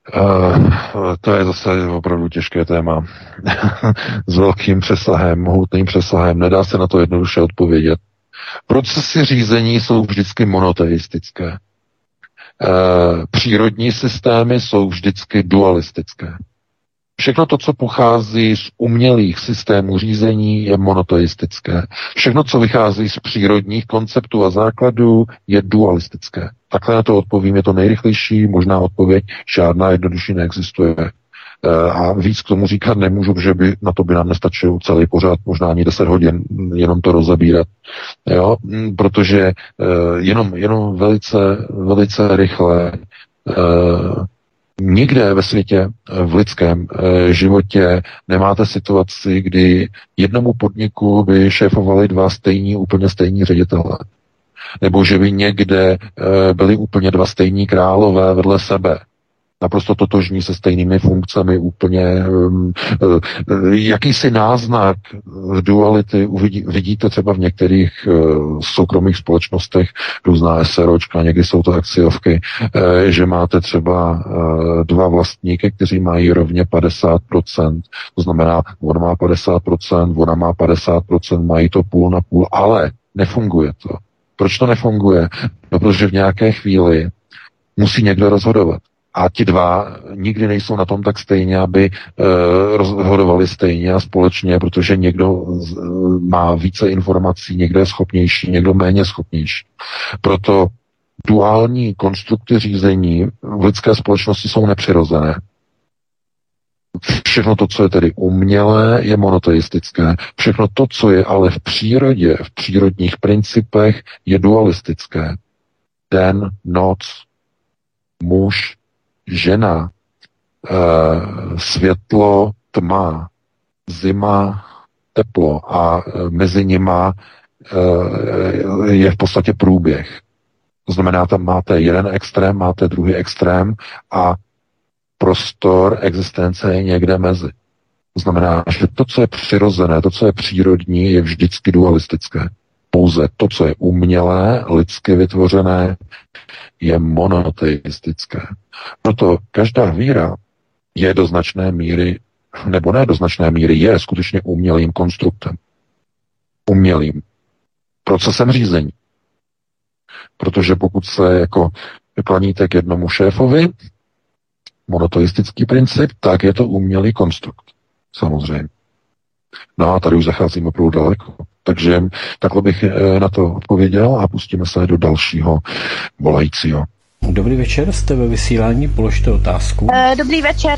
To je zase opravdu těžké téma. S velkým přesahem, mohutným přesahem. Nedá se na to jednoduše odpovědět. Procesy řízení jsou vždycky monoteistické. Přírodní systémy jsou vždycky dualistické. Všechno to, co pochází z umělých systémů řízení, je monoteistické. Všechno, co vychází z přírodních konceptů a základů, je dualistické. Takhle na to odpovím, je to nejrychlejší možná odpověď, žádná jednodušší neexistuje. A víc k tomu říkat nemůžu, protože na to by nám nestačil celý pořád, možná ani 10 hodin, jenom to rozebírat. Jo? Protože jenom velice rychle nikde ve světě, v lidském životě nemáte situaci, kdy jednomu podniku by šéfovali dva úplně stejní ředitelé. Nebo že by někde byli úplně dva stejní králové vedle sebe. Naprosto totožní se stejnými funkcemi, úplně jakýsi náznak duality vidíte třeba v některých soukromých společnostech, různá SROčka, někdy jsou to akciovky, že máte třeba dva vlastníky, kteří mají rovně 50%, to znamená, on má 50%, ona má 50%, mají to půl na půl, ale nefunguje to. Proč to nefunguje? No, protože v nějaké chvíli musí někdo rozhodovat. A ti dva nikdy nejsou na tom tak stejně, aby rozhodovali stejně a společně, protože někdo má více informací, někdo je schopnější, někdo méně schopnější. Proto duální konstrukty řízení v lidské společnosti jsou nepřirozené. Všechno to, co je tedy umělé, je monoteistické. Všechno to, co je ale v přírodě, v přírodních principech, je dualistické. Den, noc, muž, žena, světlo, tma, zima, teplo a mezi nima je v podstatě průběh. To znamená, tam máte jeden extrém, máte druhý extrém a prostor existence je někde mezi. To znamená, že to, co je přirozené, to, co je přírodní, je vždycky dualistické. Pouze to, co je umělé, lidsky vytvořené, je monoteistické. Proto každá víra je do značné míry, nebo ne do značné míry, je skutečně umělým konstruktem. Umělým procesem řízení. Protože pokud se jako klaníte k jednomu šéfovi, monoteistický princip, tak je to umělý konstrukt. Samozřejmě. No a tady už zacházíme opravdu daleko. Takže takhle bych na to odpověděl a pustíme se do dalšího volajícího. Dobrý večer, jste ve vysílání, položte otázku. Dobrý večer.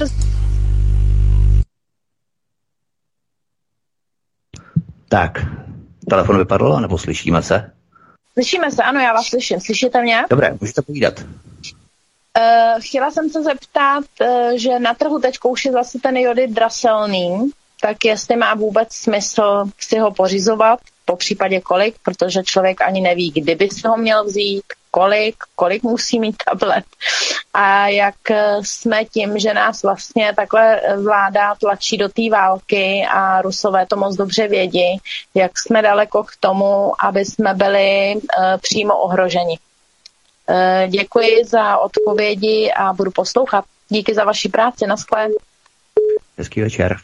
Tak, telefon vypadl, nebo slyšíme se? Slyšíme se, ano, já vás slyším. Slyšíte mě? Dobré, můžete povídat. Chtěla jsem se zeptat, že na trhu teď už je zase ten jodid draselný, tak jestli má vůbec smysl si ho pořizovat, po případě kolik, protože člověk ani neví, kdyby si ho měl vzít, kolik musí mít tablet a jak jsme tím, že nás vlastně takhle vláda tlačí do té války a Rusové to moc dobře vědí, jak jsme daleko k tomu, aby jsme byli přímo ohroženi. Děkuji za odpovědi a budu poslouchat. Díky za vaši práci, naschle. Hezký večer.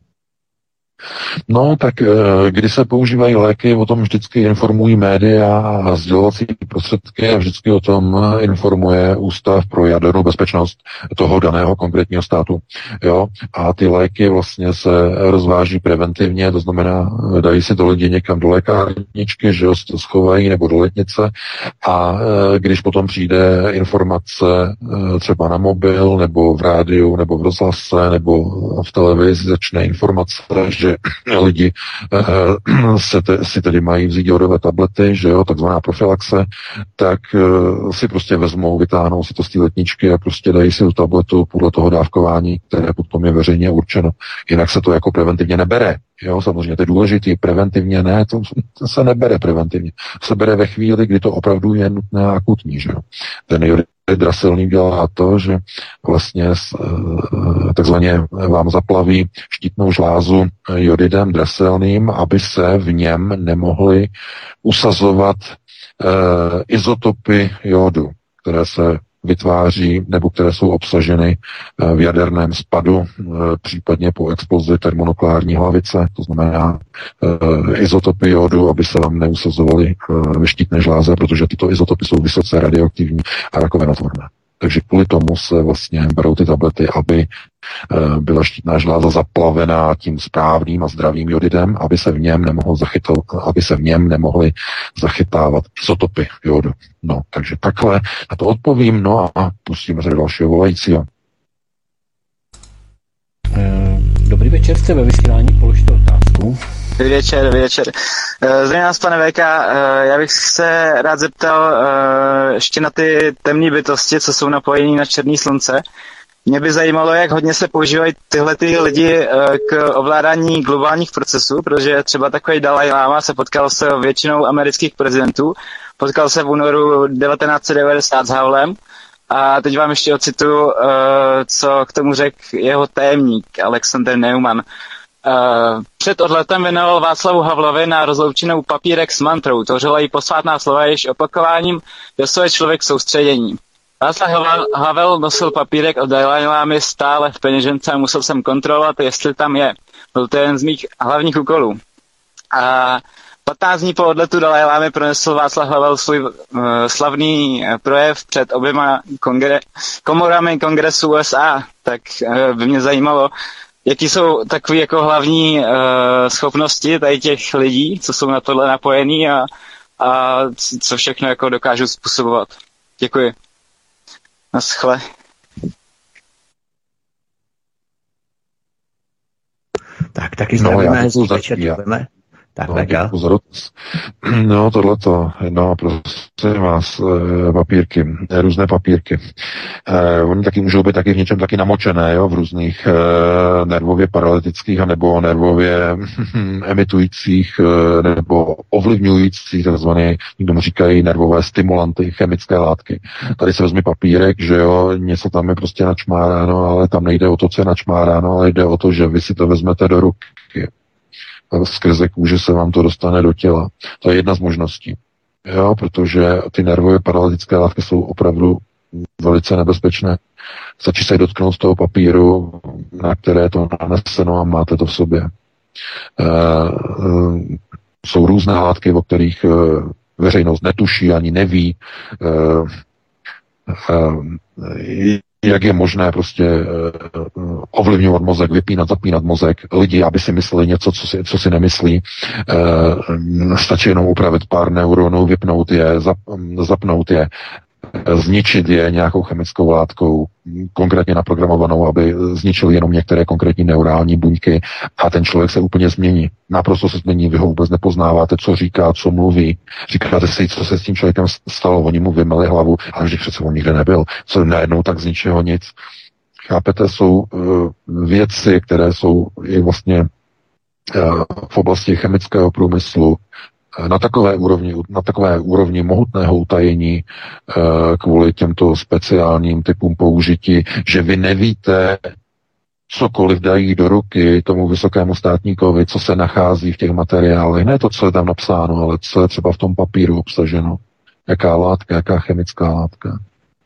No, tak když se používají léky, o tom vždycky informují média a sdělovací prostředky a vždycky o tom informuje Ústav pro jadernou bezpečnost toho daného konkrétního státu. Jo? A ty léky vlastně se rozváží preventivně, to znamená, dají si to lidi někam do lékárničky, že jo, se to schovají nebo do letnice a když potom přijde informace třeba na mobil nebo v rádiu nebo v rozhlase nebo v televizi začne informace, že lidi si tedy mají vzít jodové tablety, že jo, takzvaná profilaxe, tak si prostě vezmou, vytáhnou si to z té letničky a prostě dají si tu tabletu podle toho dávkování, které potom je veřejně určeno. Jinak se to jako preventivně nebere. Jo, samozřejmě to je důležitý, preventivně ne, to se nebere preventivně. Se bere ve chvíli, kdy to opravdu je nutné a akutní, že jo. Ten jodid draselný dělá to, že vlastně takzvaně vám zaplaví štítnou žlázu jodidem draselným, aby se v něm nemohly usazovat izotopy jodu, které se vytváří, nebo které jsou obsaženy v jaderném spadu, případně po explozi termonukleární hlavice, to znamená izotopy jodu, aby se vám neusazovaly ve štítné žláze, protože tyto izotopy jsou vysoce radioaktivní a rakovinotvorné. Takže kvůli tomu se vlastně berou ty tablety, aby byla štítná žláza zaplavená tím správným a zdravým jodidem, aby se v něm nemohly zachytávat izotopy jodu. No, takže takhle na to odpovím, no a pustíme se do dalšího volajícího. Dobrý večer, jste ve vysílání, položte otázku. Dobrý večer. Zdravím vás, pane VK. Já bych se rád zeptal ještě na ty temné bytosti, co jsou napojení na černé slunce. Mě by zajímalo, jak hodně se používají tyhle ty lidi k ovládání globálních procesů, protože třeba takový Dalaj Lama se potkal s většinou amerických prezidentů, potkal se v únoru 1990 s Havlem a teď vám ještě ocituju, co k tomu řekl jeho tajemník Alexander Neumann. Před odletem věnoval Václavu Havlovi na rozloučenou papírek s mantrou, tvořila jí posvátná slova, jež opakováním dosuje člověk soustředění. Václav Havel nosil papírek od Dalaj Lámy stále v peněžence a musel jsem kontrolovat, jestli tam je. Byl to jeden z mých hlavních úkolů. A 15 dní po odletu Dalaj Lámy pronesl Václav Havel svůj slavný projev před oběma komorami kongresu USA. Tak by mě zajímalo, jaký jsou takové jako hlavní schopnosti tady těch lidí, co jsou na tohle napojení a co všechno jako dokážou způsobovat. Děkuji. Naschle. Tak, taky zdravíme, hezký večer, děkujeme. Tak, pozor. No, tohleto, no, prosím vás, papírky, různé papírky. Oni taky můžou být taky v něčem taky namočené, jo, v různých nervově paralytických, anebo nervově emitujících, nebo ovlivňujících, takzvané, někdo říkají nervové stimulanty, chemické látky. Tady se vezme papírek, že jo, něco tam je prostě načmáráno, ale tam nejde o to, co je načmáráno, ale jde o to, že vy si to vezmete do ruky. Skrze kůže se vám to dostane do těla. To je jedna z možností. Jo, protože ty nervové paralytické látky jsou opravdu velice nebezpečné. Stačí se dotknout z toho papíru, na které je to naneseno a máte to v sobě. Jsou různé látky, o kterých veřejnost netuší ani neví. Jak je možné prostě ovlivňovat mozek, vypínat, zapínat mozek lidi, aby si mysleli něco, co si nemyslí. Stačí jenom upravit pár neuronů, vypnout je, zapnout je, zničit je nějakou chemickou látkou, konkrétně naprogramovanou, aby zničil jenom některé konkrétní neurální buňky a ten člověk se úplně změní. Naprosto se změní, vy ho vůbec nepoznáváte, co říká, co mluví. Říkáte si, co se s tím člověkem stalo, oni mu vymeli hlavu, ale vždyť přece on nikde nebyl. Co najednou tak z ničeho nic. Chápete, jsou věci, které jsou i vlastně v oblasti chemického průmyslu na takové úrovni mohutného utajení kvůli těmto speciálním typům použití, že vy nevíte, cokoliv dají do ruky tomu vysokému státníkovi, co se nachází v těch materiálech. Ne to, co je tam napsáno, ale co je třeba v tom papíru obsaženo. Jaká látka, jaká chemická látka.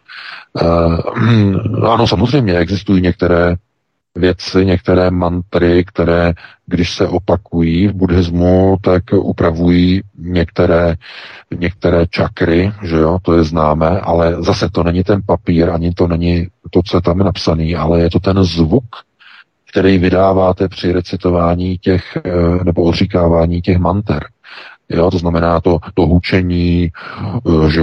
Ano, samozřejmě existují některé věci, některé mantry, které, když se opakují v buddhismu, tak upravují některé čakry, že jo, to je známé, ale zase to není ten papír, ani to není to, co je tam napsaný, ale je to ten zvuk, který vydáváte při recitování těch, nebo odříkávání těch manter. Jo, to znamená to hučení, že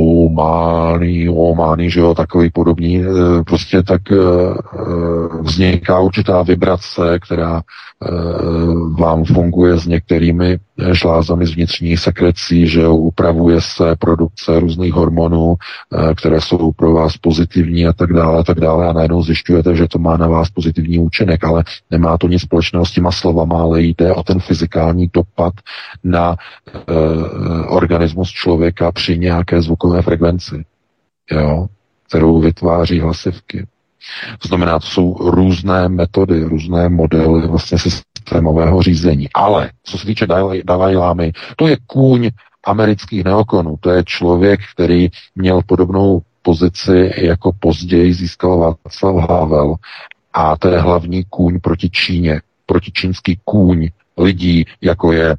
omány, že jo, takový podobný, prostě tak vzniká určitá vibrace, která vám funguje s některými žlázami z vnitřních sekrecí, že jo, upravuje se produkce různých hormonů, které jsou pro vás pozitivní a tak dále a najednou zjišťujete, že to má na vás pozitivní účinek, ale nemá to nic společného s těma slovama, ale jde o ten fyzikální dopad na organismus člověka při nějaké zvukové frekvenci, jo, kterou vytváří hlasivky. To znamená, to jsou různé metody, různé modely vlastně systémového řízení. Ale co se týče Dalaj Lámy, to je kůň amerických neokonů. To je člověk, který měl pozici, jako později získal Václav Havel. A to je hlavní kůň proti Číně, protičínský kůň lidí, jako je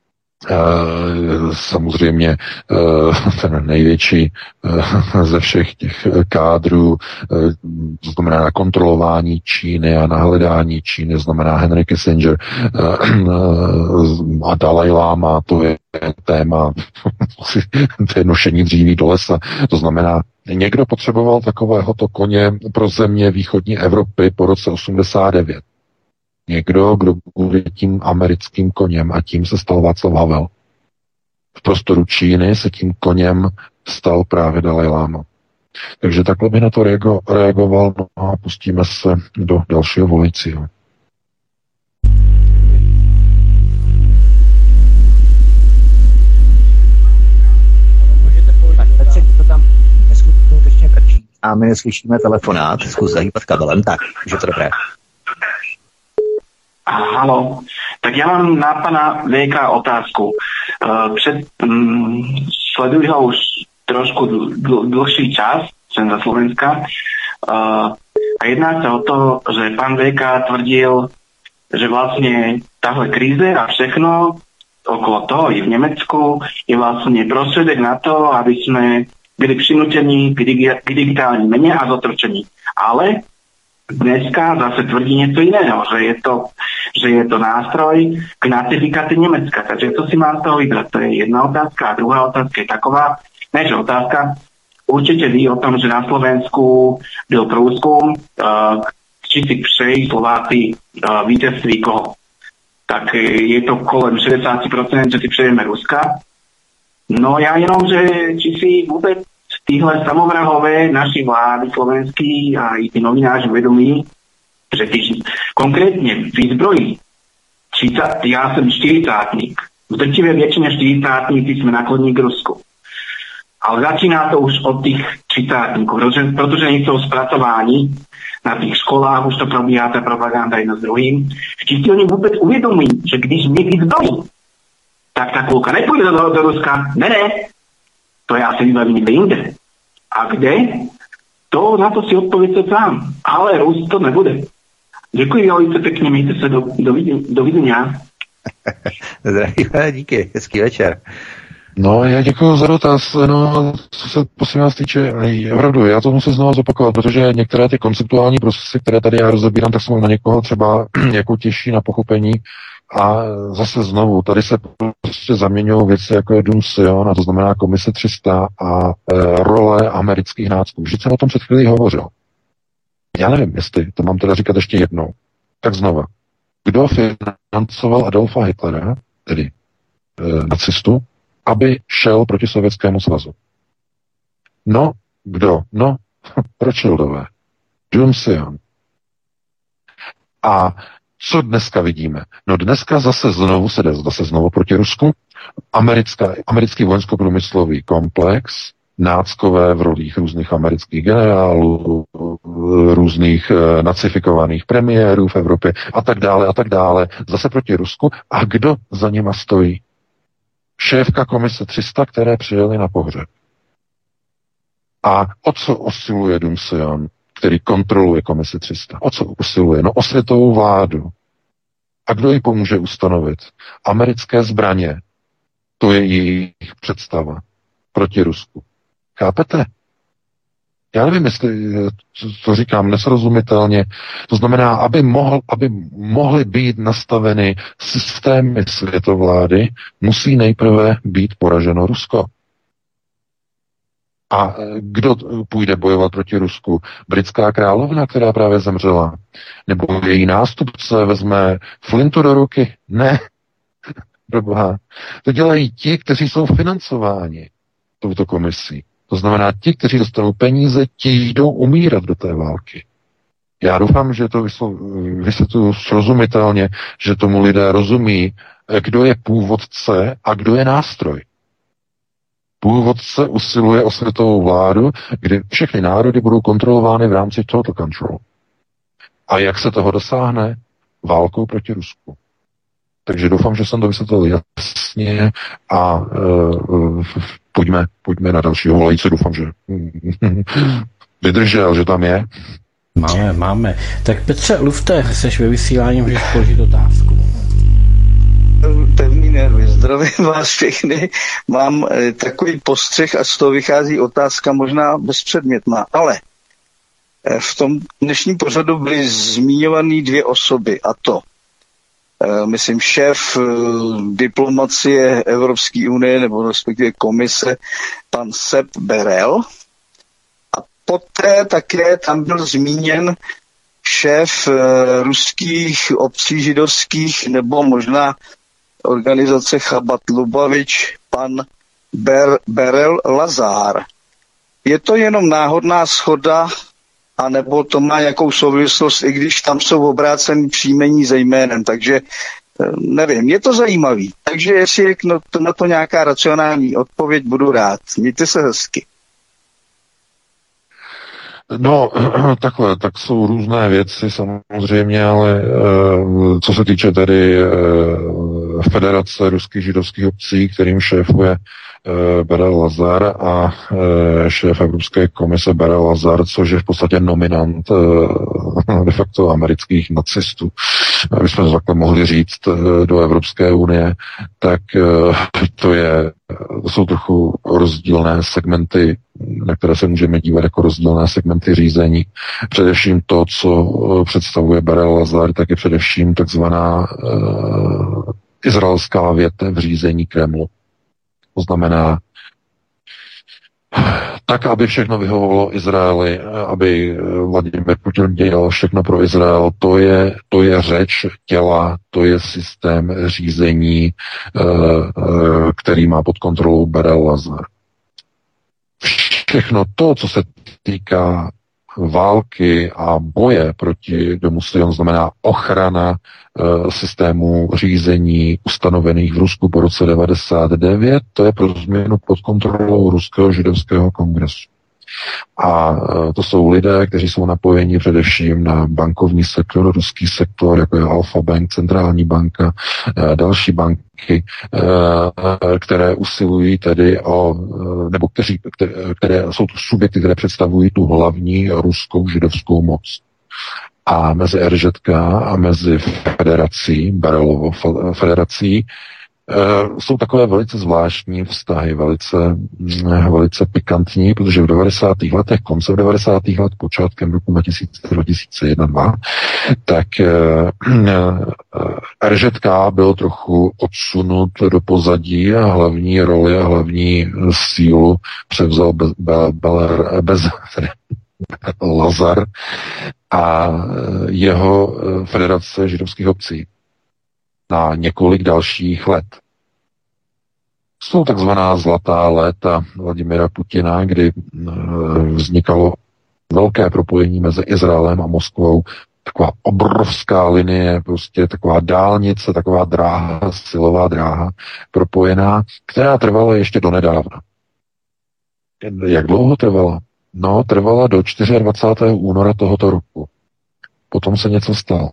samozřejmě ten největší ze všech těch kádrů, to znamená na kontrolování Číny a na hledání Číny, znamená Henry Kissinger a Dalaj Lama, to je téma, to je nošení dříví do lesa, to znamená, někdo potřeboval takovéhoto koně pro země východní Evropy po roce 89. Někdo, kdo bude tím americkým koněm, a tím se stal Václav Havel. V prostoru Číny se tím koněm stal právě Dalaj Lama. Takže takhle by na to reagoval, no a pustíme se do dalšího volajícího. A my neslyšíme telefonát, zkus zahýbat kabelem, tak, už je to dobré. Haló, tak já mám na pana VK otázku. Sleduji ho už trošku dlhší čas, jsem za Slovenska, a jedná se o to, že pan VK tvrdil, že vlastně tahle krize a všechno okolo toho i v Německu je vlastně prostředek na to, aby jsme byli přinutení k digitální měně a zotročení. Ale dneska zase tvrdí něco jiného, že je to nástroj k nacifikaci Německa. Takže co si mám z toho vybrat? To je jedna otázka. A druhá otázka je taková, než otázka, určitě ví o tom, že na Slovensku byl průzkum, či si přejí Slováci vítězství koho. Tak je to kolem 60%, že si přejeme Ruska. No já jenom, že či si vůbec tyhle samovrahové naší vlády slovenský a i ty novináři uvědomí, že když konkrétně výzbrojí, já jsem čtyřicátník, v drtivé většině čtyřicátníci jsme nakloní k Rusku. Ale začíná to už od těch čtyřicátníků, protože nejsou zpracování na těch školách, už to probíhá ta propaganda jedno s druhým. Či si oni vůbec uvědomí, že když my vyzbrojí, tak ta kulka nepůjde do Ruska. Ne, to já si vybavím někde jinde. A kde? To na to si odpověďte sám. Ale Rus to nebude. Děkuji velice pěkně, mějte se do vidění. Zdravíme, díky, hezký večer. No, já děkuji za dotaz. No, co se prosím vás týče, opravdu, já to musím znovu zopakovat, protože některé ty konceptuální procesy, které tady já rozebírám, tak jsou na někoho třeba jako těžší na pochopení. A zase znovu, tady se prostě zaměňují věci jako je Dům Sion, a to znamená Komise 300 a role amerických nácků. Vždyť jsem o tom před chvílí hovořil. Já nevím, jestli to mám teda říkat ještě jednou. Tak znova. Kdo financoval Adolfa Hitlera, tedy nacistu, aby šel proti Sovětskému svazu? No, kdo? No, Rothschildové. Dům Sion. A co dneska vidíme? No dneska zase znovu proti Rusku. Americký vojensko-průmyslový komplex, náckové v rolích různých amerických generálů, různých nacifikovaných premiérů v Evropě a tak dále, zase proti Rusku. A kdo za nima stojí? Šéfka Komise 300, které přijeli na pohřeb. A o co usiluje Dům Sion, který kontroluje Komisi 300? O co usiluje? No o světovou vládu. A kdo ji pomůže ustanovit? Americké zbraně. To je jejich představa proti Rusku. Chápete? Já nevím, jestli to říkám nesrozumitelně. To znamená, aby mohly být nastaveny systémy světovlády, musí nejprve být poraženo Rusko. A kdo půjde bojovat proti Rusku? Britská královna, která právě zemřela? Nebo její nástupce vezme flintu do ruky? Ne. Proboha. To dělají ti, kteří jsou financováni touto komisí. To znamená, ti, kteří dostanou peníze, ti jdou umírat do té války. Já doufám, že to vysvětluji srozumitelně, že tomu lidé rozumí, kdo je původce a kdo je nástroj. Původce usiluje o světovou vládu, kdy všechny národy budou kontrolovány v rámci total control. A jak se toho dosáhne? Válkou proti Rusku. Takže doufám, že jsem to vysvětlil jasně a pojďme na dalšího volajíce. Doufám, že vydržel, že tam je. Máme. Tak Petře Lufte, jsi ve vysílání, můžeš položit otázku. Pevný nervy. Zdravím vás všechny. Mám takový postřeh a z toho vychází otázka možná bezpředmětná, ale v tom dnešním pořadu byly zmiňované 2 osoby, a to myslím šéf diplomacie Evropské unie nebo respektive komise pan Sepp Borrell, a poté také tam byl zmíněn šéf ruských obcí židovských nebo možná organizace Chabad Lubavič pan Berel Lazar. Je to jenom náhodná shoda, anebo to má jakou souvislost, i když tam jsou obrácený příjmení za jménem, takže nevím, je to zajímavý. Takže jestli je na to nějaká racionální odpověď, budu rád. Mějte se hezky. No, takhle, tak jsou různé věci samozřejmě, ale co se týče tedy Federace ruských židovských obcí, kterým šéfuje Berel Lazar a šéf Evropské komise Berel Lazar, což je v podstatě nominant de facto amerických nacistů, abychom to takhle mohli říct, do Evropské unie, tak to jsou trochu rozdílné segmenty, na které se můžeme dívat jako rozdílné segmenty řízení. Především to, co představuje Berel Lazar, tak je především takzvaná izraelská větev řízení Kremlu. To znamená, tak, aby všechno vyhovovalo Izraeli, aby Vladimir Putin dělal všechno pro Izrael, to je řeč těla, to je systém řízení, který má pod kontrolou Berel Lazar. Všechno to, co se týká války a boje proti domu Sion, znamená ochrana systému řízení ustanovených v Rusku po roce 1999, to je pro změnu pod kontrolou Ruského židovského kongresu. A to jsou lidé, kteří jsou napojeni především na bankovní sektor, ruský sektor, jako je Alfa Bank, centrální banka, další banky, které usilují tedy nebo které jsou to subjekty, které představují tu hlavní ruskou židovskou moc. A mezi RŽK a mezi federací, Berelovou federací, jsou takové velice zvláštní vztahy, velice pikantní, protože v 90. letech, koncem 90. let, počátkem roku 2001-2002, tak RŽK byl trochu odsunut do pozadí a hlavní roli a hlavní sílu převzal Lazar a jeho federace židovských obcí na několik dalších let. Jsou takzvaná zlatá léta Vladimira Putina, kdy vznikalo velké propojení mezi Izraelem a Moskvou, taková obrovská linie, prostě taková dálnice, taková dráha, silová dráha propojená, která trvala ještě donedávna. Jak dlouho trvala? No, trvala do 24. února tohoto roku. Potom se něco stalo.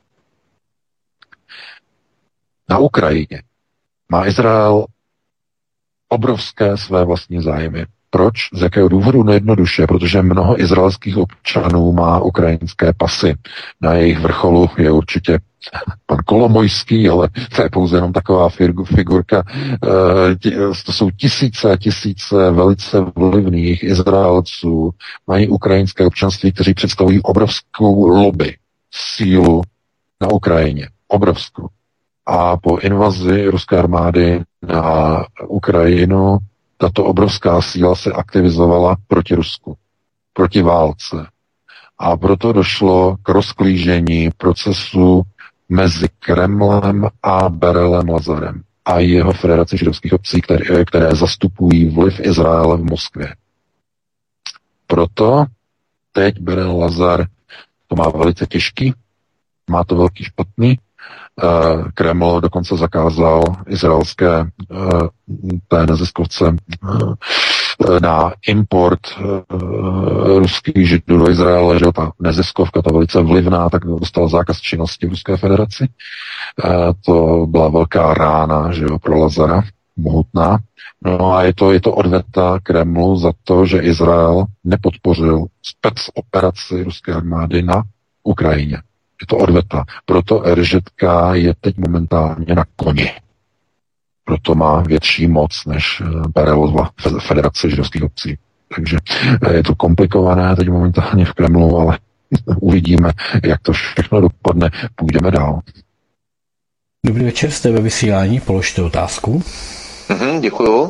Na Ukrajině má Izrael obrovské své vlastní zájmy. Proč? Z jakého důvodu? No jednoduše, protože mnoho izraelských občanů má ukrajinské pasy. Na jejich vrcholu je určitě pan Kolomojský, ale to je pouze jenom taková figurka. To jsou tisíce velice vlivných Izraelců, mají ukrajinské občanství, kteří představují obrovskou lobby, sílu na Ukrajině. Obrovskou. A po invazi ruské armády na Ukrajinu tato obrovská síla se aktivizovala proti Rusku, proti válce. A proto došlo k rozklížení procesu mezi Kremlem a Berelem Lazarem a jeho federaci židovských obcí, které zastupují vliv Izraele v Moskvě. Proto teď Berel Lazar to má velice těžký, má to velký špatný. Kreml dokonce zakázal izraelské té neziskovce na import ruských židů do Izraele, že ta neziskovka, ta velice vlivná, tak dostala zákaz činnosti v Ruské federaci. To byla velká rána, že jo, pro Lazara, mohutná. No a je to odveta Kremlu za to, že Izrael nepodpořil specoperaci ruské armády na Ukrajině. Je to odveta. Proto RŽK je teď momentálně na koni. Proto má větší moc než PRL, Federace židovských obcí. Takže je to komplikované teď momentálně v Kremlu, ale uvidíme, jak to všechno dopadne. Půjdeme dál. Dobrý večer, jste ve vysílání, položte otázku. Děkuju.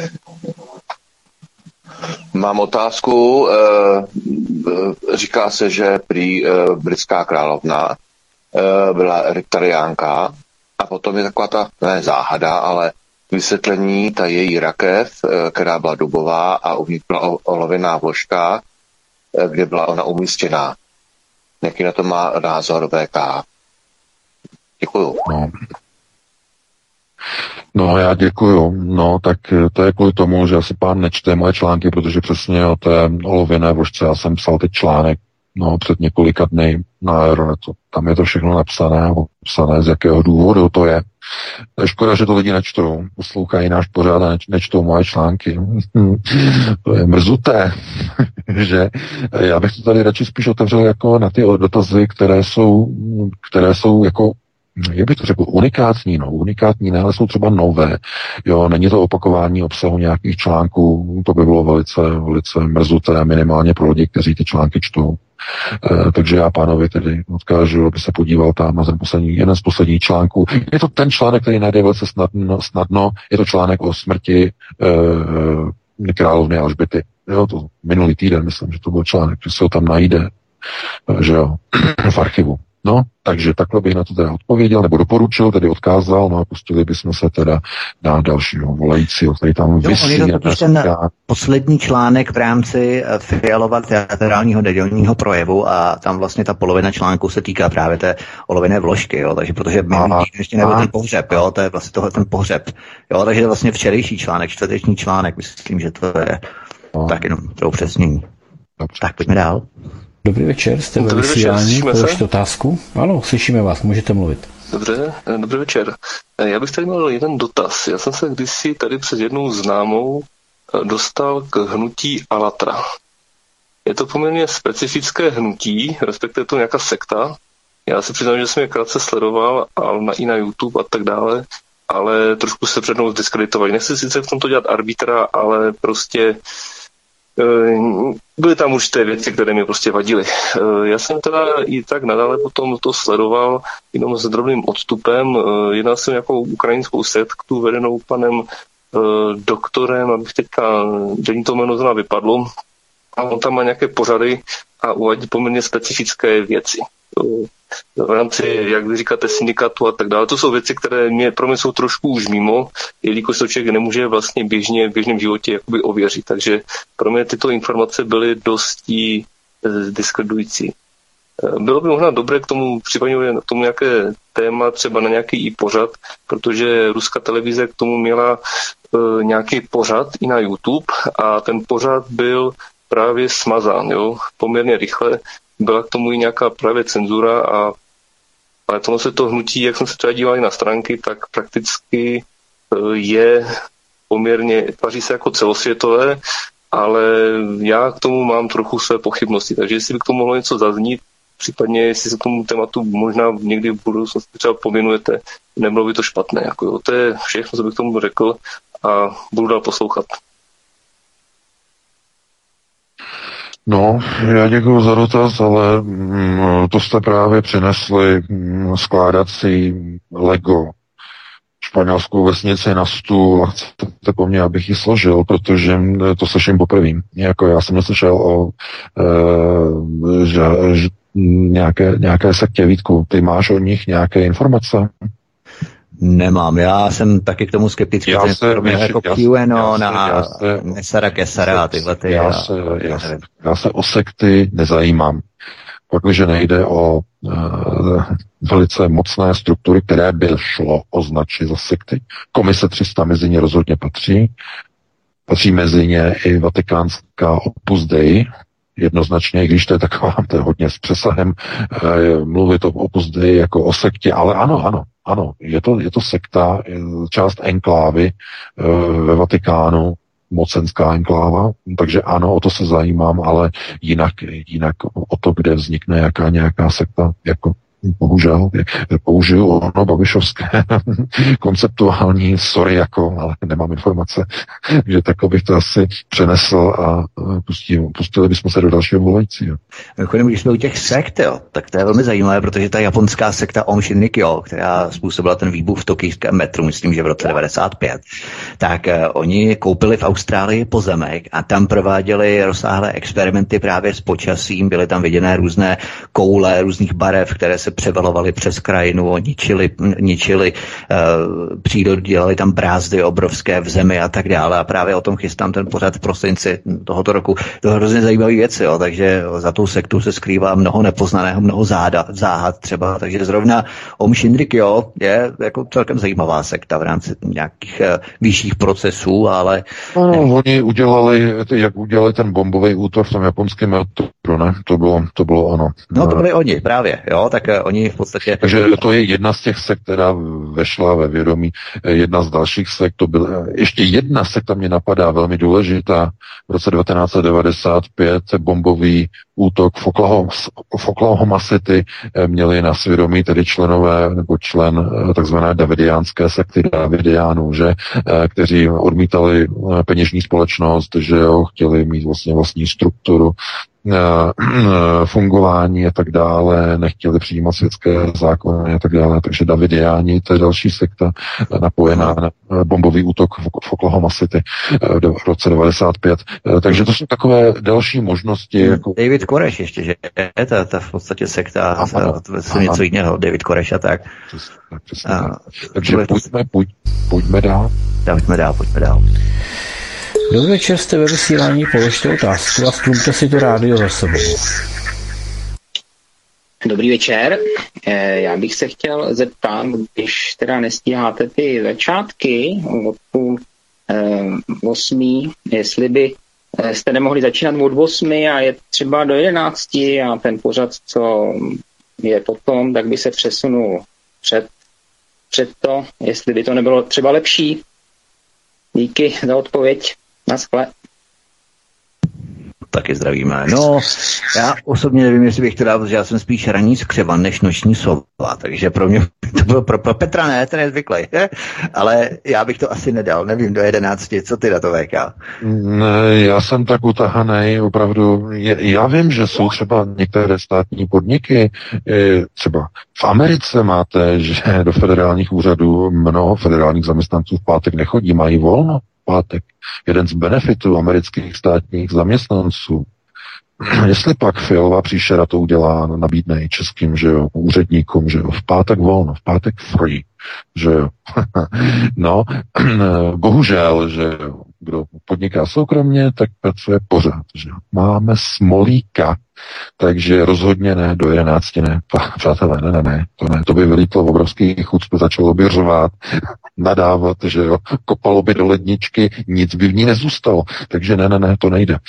Mám otázku. Říká se, že prý britská královna byla eritreánka a potom je taková ta, ne záhada, ale vysvětlení ta její rakev, která byla dubová a uvnitř byla olověná vložka, kde byla ona umístěná. Jaký na to má názor VK? Děkuju. No, já děkuju. No, tak to je kvůli tomu, že asi pán nečte moje články, protože přesně o té olověné vložce já jsem psal teď článek, před několika dny na Aeronetu. Tam je to všechno napsané, z jakého důvodu to je. To je škoda, že to lidi nečtou. Poslouchají náš pořád a nečtou moje články. To je mrzuté, že já bych to tady radši spíš otevřel jako na ty dotazy, které jsou jako, jak bych to řekl, unikátní, ne, ale jsou třeba nové. Jo, není to opakování obsahu nějakých článků, to by bylo velice, velice mrzuté, minimálně pro lidi, kteří ty články čtou. Takže já pánovi tedy odkážu, aby se podíval tam na jeden z posledních článků. Je to ten článek, který najde velice snadno, je to článek o smrti královny Alžběty. Jo, to minulý týden, myslím, že to byl článek, že se ho tam najde, že jo, v archivu. No, takže takhle bych na to teda odpověděl, nebo doporučil, tedy odkázal, no a pustili bychom se teda na dalšího volajícího, který tam vysí. On je to ten poslední článek v rámci Fialova teatrálního nedělního projevu a tam vlastně ta polovina článku se týká právě té olověné vložky, jo, takže protože minulý ještě nebyl ten pohřeb, jo, to je vlastně tohle ten pohřeb, jo, takže to je vlastně včerejší článek, čtvrteční článek, myslím, že to je tak jenom pro upřesnění. Tak pojďme dál. Dobrý večer, jste ve vysílání, položte otázku. Ano, slyšíme vás, můžete mluvit. Dobře, dobrý večer. Já bych tady měl jeden dotaz. Já jsem se kdysi tady před jednou známou dostal k hnutí Alatra. Je to poměrně specifické hnutí, respektive to nějaká sekta. Já se přiznám, že jsem je krátce sledoval i na YouTube a tak dále, ale trošku se před mnou zdiskreditovali. Nechci sice v tomto dělat arbitra, ale prostě byly tam určité věci, které mi prostě vadily. Já jsem teda i tak nadále potom to sledoval jenom s drobným odstupem. Jednal jsem nějakou ukrajinskou sektu vedenou panem doktorem, abych teďka, že to jméno zna vypadlo. A on tam má nějaké pořady a uvádí poměrně specifické věci. V rámci, jak vy říkáte, syndikátu a tak dále. To jsou věci, které pro mě jsou trošku už mimo, jelikož to člověk nemůže vlastně v běžném životě jakoby ověřit. Takže pro mě tyto informace byly dosti diskreditující. Bylo by možná dobré k tomu případně k tomu nějaké téma, třeba na nějaký i pořad, protože ruská televize k tomu měla nějaký pořad i na YouTube a ten pořad byl právě smazán, jo, poměrně rychle. Byla k tomu i nějaká právě cenzura, ale tohle se to hnutí, jak jsme se třeba dívali na stránky, tak prakticky je poměrně, tvaří se jako celosvětové, ale já k tomu mám trochu své pochybnosti, takže jestli by k tomu mohlo něco zaznít, případně jestli se k tomu tématu možná někdy v budoucnosti třeba pověnujete, nebylo by to špatné. Jako jo. To je všechno, co bych k tomu řekl a budu dál poslouchat. No, já děkuji za dotaz, ale to jste právě přinesli skládací Lego španělskou vesnici na stůl a chcete po mně, abych ji složil, protože to slyším poprvé. Jako já jsem neslyšel o nějaké sektě. Vítku, ty máš o nich nějaké informace? Nemám, já jsem taky k tomu skeptický, jako QAnon a Nesara Kesara a tyhle ty. Já se o sekty nezajímám. Protože nejde o velice mocné struktury, které by šlo označit za sekty. Komise 300 mezi ně rozhodně patří. Patří mezi ně i vatikánská Opus Dei, jednoznačně, i když to je taková, to je hodně s přesahem mluvit o Opus Dei jako o sektě, ale ano, je to sekta, část enklávy ve Vatikánu, mocenská enkláva, takže ano, o to se zajímám, ale jinak o to, kde vznikne nějaká sekta, jako bohužel, použiju ono babišovské konceptuální, sorry, ale nemám informace, že takhle bych to asi přenesl a pustili bychom se do dalšího volajícího. Když jsme u těch sekt, tak to je velmi zajímavé, protože ta japonská sekta Aum Shinrikyo, která způsobila ten výbuch v tokijském metru, myslím, že v roce 95, tak oni koupili v Austrálii pozemek a tam prováděli rozsáhlé experimenty právě s počasím, byly tam viděné různé koule různých barev, které se převalovaly přes krajinu, ničili přírodu, dělali tam brázdy obrovské v zemi a tak dále. A právě o tom chystám ten pořad v prosinci tohoto roku. To je hrozně zajímavý věc, takže za tou sektou se skrývá mnoho nepoznaného, mnoho záhad třeba. Takže zrovna Aum Shinrikyo je jako celkem zajímavá sekta v rámci nějakých vyšších procesů, ale... No, oni udělali ten bombový útok v tom japonském metru, ne? To bylo ono. No, to byli oni, právě, jo, tak oni v podstatě... Takže to je jedna z těch sekt, která vešla ve vědomí. Jedna z dalších sekt, to byla ještě jedna sekta mě napadá velmi důležitá. V roce 1995 bombový útok v Oklahoma City měli na svědomí tedy členové nebo člen takzvané davidiánské sekty Davidiánů, že, kteří odmítali peněžní společnost, že jo, chtěli mít vlastně vlastní strukturu, fungování a tak dále, nechtěli přijímat světské zákony a tak dále. Takže Davidiáni, to je další sekta napojená na bombový útok v Oklahoma City v roce 95. Takže to jsou takové další možnosti. Jako... David Koresh ještě, že ta v podstatě sekta, něco jiného, David Koresh a tak. Přesně. Takže pojďme dál. Pojďme dál. Dobrý večer, jste ve vysílání, položte otázku a stlumte si to rádio za sebou. Dobrý večer, já bych se chtěl zeptat, když teda nestíháte ty začátky od 7:30, jestli by jste nemohli začínat od 8 a je třeba do 11 a ten pořad, co je potom, tak by se přesunul před to, jestli by to nebylo třeba lepší. Díky za odpověď. Naschle. Taky zdravíme. No, já osobně nevím, jestli bych to dal, protože já jsem spíš ranní skřevan než noční sova, takže pro mě to bylo pro Petra ne, ten je zvyklý, ale já bych to asi nedal, nevím, do 11, co ty na to VK? Já jsem tak utahanej, opravdu, já vím, že jsou třeba některé státní podniky, třeba v Americe máte, že do federálních úřadů mnoho federálních zaměstnanců v pátek nechodí, mají volno. Pátek. Jeden z benefitů amerických státních zaměstnanců. Jestli pak Fialová příšera to udělá, nabídne i českým, že jo, úředníkům, že jo, v pátek volno, v pátek free, že jo. No, bohužel, že jo, kdo podniká soukromně, tak pracuje pořád, že jo. Máme Smolíka, takže rozhodně ne, do 11 ne. Přátelé, ne, to by vylítlo v obrovský chuc, začalo by řvát, nadávat, že jo, kopalo by do ledničky, nic by v ní nezůstalo. Takže ne, to nejde.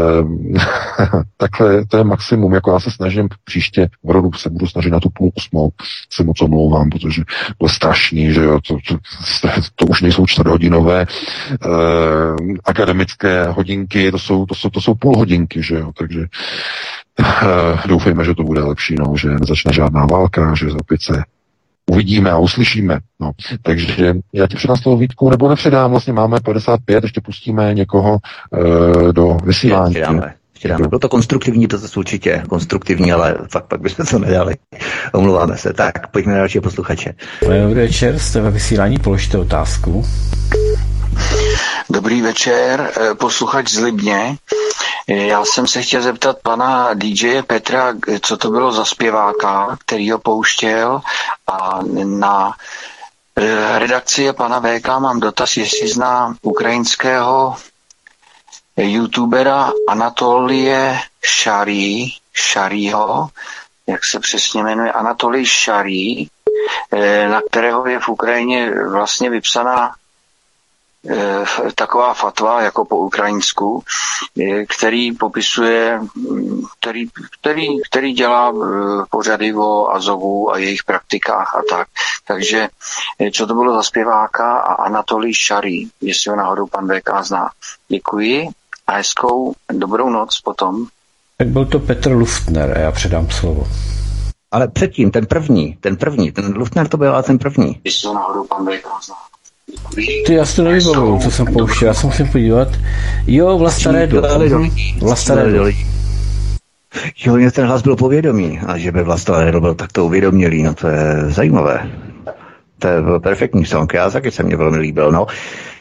Takhle to je maximum, jako já se snažím příště v rodu se budu snažit na tu 7:30, se moc omlouvám, protože to je strašný, že jo, to už nejsou 4hodinové akademické hodinky, to jsou půlhodinky, že jo, takže doufejme, že to bude lepší, no, že nezačne žádná válka, že opět se uvidíme a uslyšíme. No. Takže já ti předám toho Vítku, nebo nepředám, vlastně máme 55, ještě pustíme někoho do vysílání. Dáme. Bylo to konstruktivní, to zase určitě konstruktivní, ale fakt pak bychom to nedali. Omlouváme se. Tak, pojďme na další posluchače. Dobrý večer, jste ve vysílání, položte otázku. Dobrý večer, posluchač z Libně. Já jsem se chtěl zeptat pana DJ Petra, co to bylo za zpěváka, který ho pouštěl, a na redakci pana VK mám dotaz, jestli zná ukrajinského youtubera Anatolie Šarího, jak se přesně jmenuje, Anatolij Šarý, na kterého je v Ukrajině vlastně vypsaná taková fatva jako po ukrajinsku, který popisuje, který dělá pořady o Azovu a jejich praktikách a tak. Takže co to bylo za zpěváka a Anatolij Šarý, jestli ho náhodou pan VK zná. Děkuji a hezkou dobrou noc potom. Tak byl to Petr Luftner a já předám slovo. Ale předtím, ten Luftner to byl, ale ten první. Jestli ho náhodou pan VK zná. Ty, já si to nevybavuju, co jsem pouštěl, já se musím podívat. Jo, Vlastaré do. Jo, mě ten hlas byl povědomý, a že by Vlastaré byl takto uvědomělý, no to je zajímavé. To je perfektní song, já taky se mě velmi líbil, no.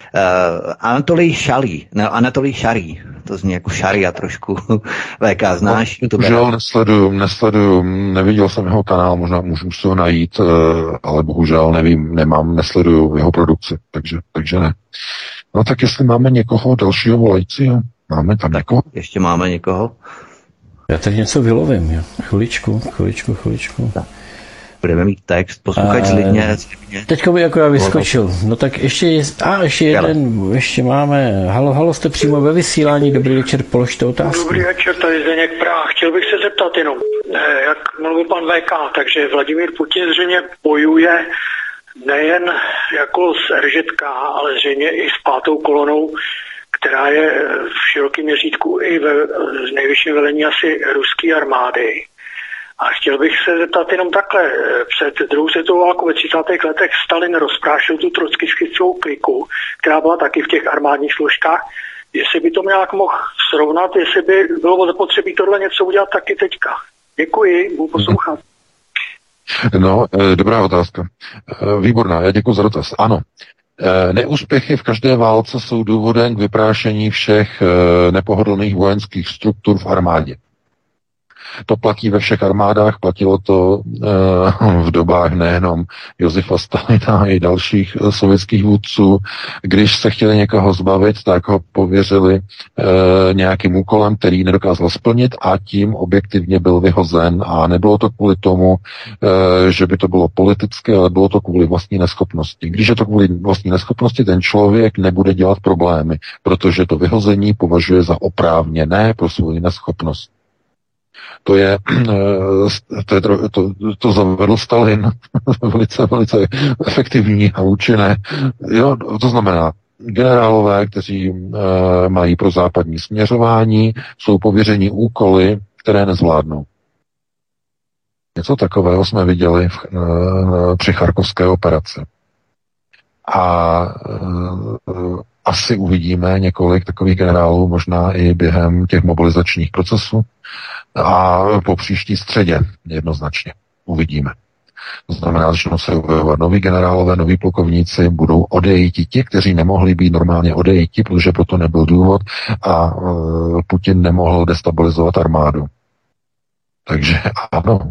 Anatolij Šarý, to zní jako šaria trošku. VK znáš? Bohužel nesleduju, neviděl jsem jeho kanál, možná můžu si ho najít, ale bohužel nesleduju jeho produkci, takže ne. No tak jestli máme někoho dalšího volajícího, máme tam někoho? Ještě máme někoho? Já teď něco vylovím, jo. Chviličku. Tak. Budeme mít text, posluchač zlidně. Teďko by jako já vyskočil. No tak ještě ještě máme. Halo, jste přímo ve vysílání. Dobrý večer, položte otázku. Dobrý večer, tady Zdeněk Praha. Chtěl bych se zeptat jenom, jak mluvil pan VK, takže Vladimír Putin zřejmě bojuje nejen jako s RŽK, ale zřejmě i s pátou kolonou, která je v širokém měřítku i v nejvyšším velení asi ruské armády. A chtěl bych se zeptat jenom takhle. Před druhou světovou válkou ve 30. letech Stalin rozprášil tu trockistickou kliku, která byla taky v těch armádních složkách. Jestli by to nějak mohl srovnat, jestli by bylo zapotřebí tohle něco udělat taky teďka. Děkuji, budu poslouchat. No, dobrá otázka. Výborná, já děkuji za dotaz. Ano. Neúspěchy v každé válce jsou důvodem k vyprášení všech nepohodlných vojenských struktur v armádě. To platí ve všech armádách, platilo to v dobách nejenom Josefa Stalina i dalších sovětských vůdců. Když se chtěli někoho zbavit, tak ho pověřili nějakým úkolem, který nedokázal splnit a tím objektivně byl vyhozen. A nebylo to kvůli tomu, že by to bylo politické, ale bylo to kvůli vlastní neschopnosti. Když je to kvůli vlastní neschopnosti, ten člověk nebude dělat problémy, protože to vyhození považuje za oprávněné pro svou neschopnost. To zavedl Stalin, velice efektivní a účinné. Jo, to znamená, generálové, kteří mají pro západní směřování, jsou pověření úkoly, které nezvládnou. Něco takového jsme viděli při charkovské operaci. A asi uvidíme několik takových generálů, možná i během těch mobilizačních procesů. A po příští středě jednoznačně uvidíme. To znamená, začnou se objevovat noví generálové, noví plukovníci, budou odejiti ti, kteří nemohli být normálně odejiti, protože proto nebyl důvod a Putin nemohl destabilizovat armádu. Takže ano.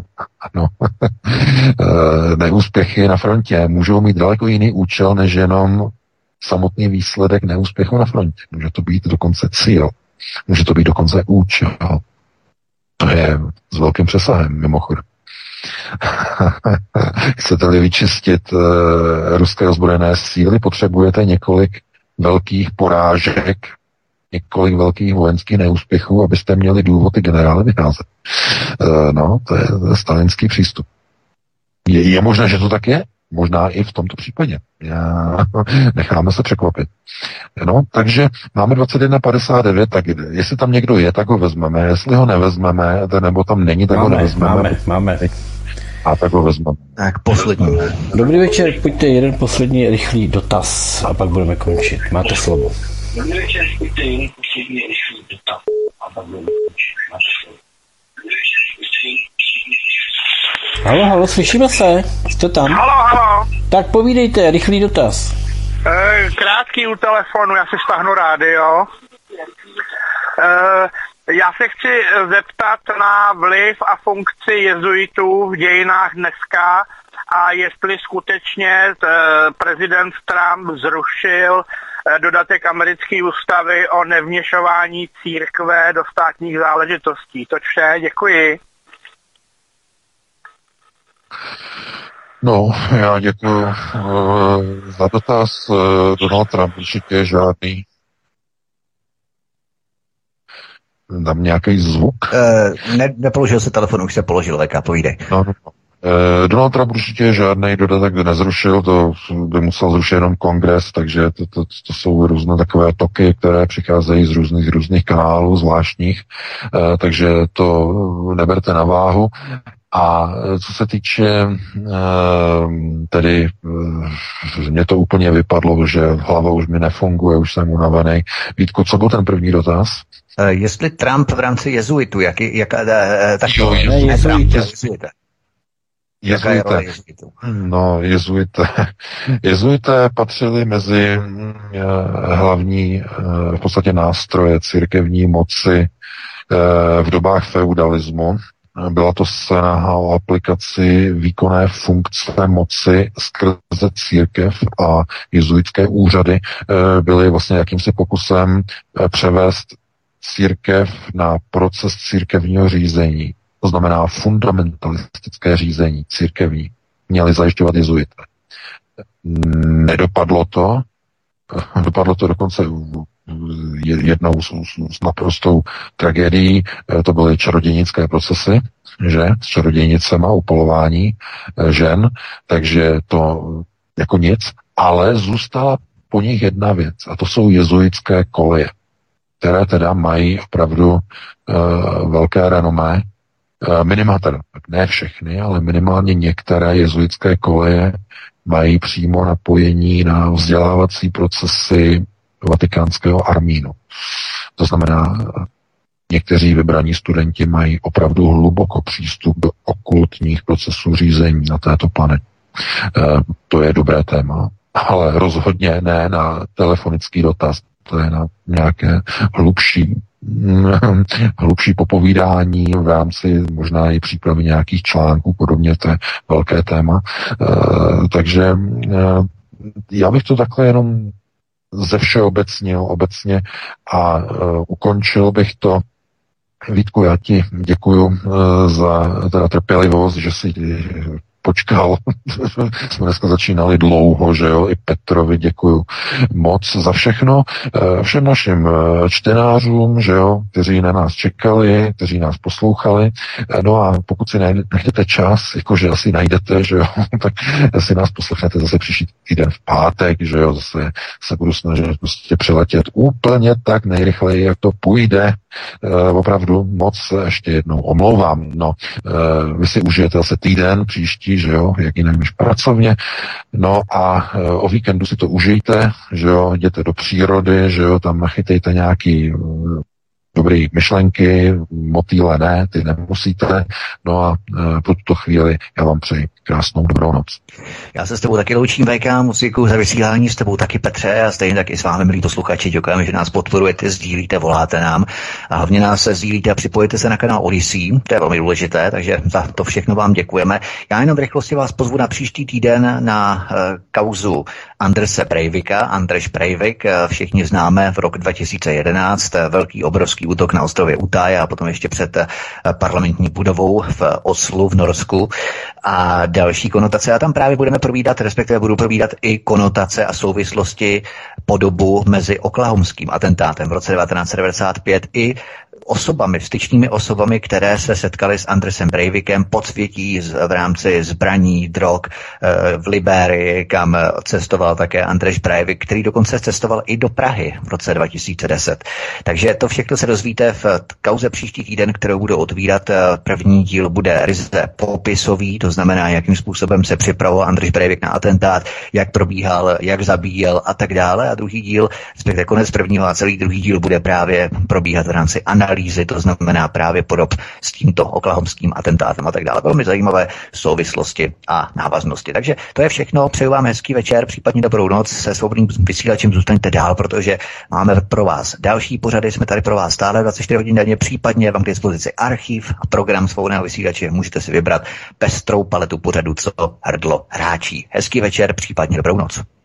Neúspěchy na frontě můžou mít daleko jiný účel, než jenom samotný výsledek neúspěchu na frontě. Může to být dokonce cíl. Může to být dokonce účel. To je s velkým přesahem, mimochodem. Chcete-li vyčistit ruské ozbrojené síly, potřebujete několik velkých porážek, několik velkých vojenských neúspěchů, abyste měli důvod ty generály vyházet. To je stalinský přístup. Je možné, že to tak je? Možná i v tomto případě. Necháme se překvapit. No, takže máme 21.59, tak jestli tam někdo je, tak ho vezmeme. Jestli ho nevezmeme, nebo tam není, tak ho nevezmeme. Máme. A tak ho vezmeme. Tak poslední. Dobrý večer, pojďte jeden poslední rychlý dotaz a pak budeme končit. Máte slovo. Dobrý večer, pojďte jeden poslední rychlý dotaz a pak budeme končit. Máte slovo. Halo, slyšíme se? Jste tam? Halo. Tak povídejte, rychlý dotaz. Krátký u telefonu, já si stáhnu rádio. Já se chci zeptat na vliv a funkci jezuitů v dějinách dneska a jestli skutečně prezident Trump zrušil dodatek americké ústavy o nevměšování církve do státních záležitostí. To vše, děkuji. No, já děkuji za dotaz. Donald Trump určitě žádný. Dám nějaký zvuk? Nepoložil se telefon, už se položil, VK, povídej. No. Donald Trump určitě žádný dodatek nezrušil, to by musel zrušit jenom kongres, takže to jsou různé takové toky, které přicházejí z různých kanálů zvláštních, takže to neberte na váhu. A co se týče, tedy mě to úplně vypadlo, že hlava už mi nefunguje, už jsem unavený. Vítku, co byl ten první dotaz? Jestli Trump v rámci jezuitu, Jezuité patřili mezi hlavní v podstatě nástroje církevní moci v dobách feudalismu. Byla to snaha o aplikaci výkonné funkce moci skrze církev a jezuitské úřady byly vlastně jakýmsi pokusem převést církev na proces církevního řízení. To znamená fundamentalistické řízení církevní. Měli zajišťovat jezuité. Nedopadlo to. Dopadlo to dokonce jednou s naprostou tragédií. To byly čarodějnické procesy, že? S čarodějnicema, upolování žen. Takže to jako nic. Ale zůstala po nich jedna věc. A to jsou jezuitské koleje, které teda mají opravdu velké renomé. Minimálně, ne všechny, ale minimálně některé jezuitské koleje mají přímo napojení na vzdělávací procesy vatikánského armínu. To znamená, někteří vybraní studenti mají opravdu hluboko přístup do okultních procesů řízení na této planetě. To je dobré téma, ale rozhodně ne na telefonický dotaz. To je na nějaké hlubší popovídání v rámci možná i přípravy nějakých článků, podobně to je velké téma. Takže já bych to takhle jenom ze všeobecnil obecně a ukončil bych to. Vítku, já ti děkuju za teda trpělivost, že si počkal. Jsme dneska začínali dlouho, že jo, i Petrovi děkuju moc za všechno. Všem našim čtenářům, že jo, kteří na nás čekali, kteří nás poslouchali. No a pokud si najdete čas, jakože asi najdete, že jo, tak si nás poslechnete zase příští týden v pátek, že jo, zase se budu snažit prostě přiletět úplně tak nejrychleji, jak to půjde. Opravdu moc se ještě jednou omlouvám. No, vy si užijete zase týden příští, že jo, jak jinak než pracovně. No a o víkendu si to užijte, že jo, jděte do přírody, že jo, tam nachytejte nějaký dobré myšlenky, motýle ne, ty nemusíte. No a pro tuto chvíli já vám přeji krásnou dobrou noc. Já se s tebou taky loučím, VK, moc děkuju za vysílání, s tebou taky, Petře, a stejně tak i s vámi, milí posluchači, děkujeme, že nás podporujete, sdílíte, voláte nám a hlavně nás sdílíte a připojite se na kanál Odyssey, to je velmi důležité, takže za to všechno vám děkujeme. Já jenom v rychlosti vás pozvu na příští týden na kauzu Andrese Breivika. Andrej Breivik, všichni známe, v rok 2011, velký obrovský útok na ostrově Utaj a potom ještě před parlamentní budovou v Oslu v Norsku a další konotace. A tam právě budeme probídat, respektive budu probídat i konotace a souvislosti podobu mezi oklahomským atentátem v roce 1995 i osobami, styčnými osobami, které se setkaly s Andresem Breivikem, podsvětí v rámci zbraní, drog v Liberii, kam cestoval také Andrej Breivik, který dokonce cestoval i do Prahy v roce 2010. Takže to všechno se dozvíte v kauze příští týden, kterou budu otvírat. První díl bude ryze popisový, to znamená, jakým způsobem se připravoval Andrej Breivik na atentát, jak probíhal, jak zabíjel a tak dále. A druhý díl, respektive konec prvního a celý druhý díl bude právě probíhat v rámci analýzy, to znamená právě podob s tímto oklahomským atentátem a tak dále. Velmi zajímavé souvislosti a návaznosti. Takže to je všechno. Přeju vám hezký večer, případně dobrou noc. Se Svobodným vysílačem zůstaňte dál, protože máme pro vás další pořady. Jsme tady pro vás stále 24 hodin denně, případně vám k dispozici archiv a program Svobodného vysílače. Můžete si vybrat pestrou paletu pořadu, co hrdlo hráčí. Hezký večer, případně dobrou noc.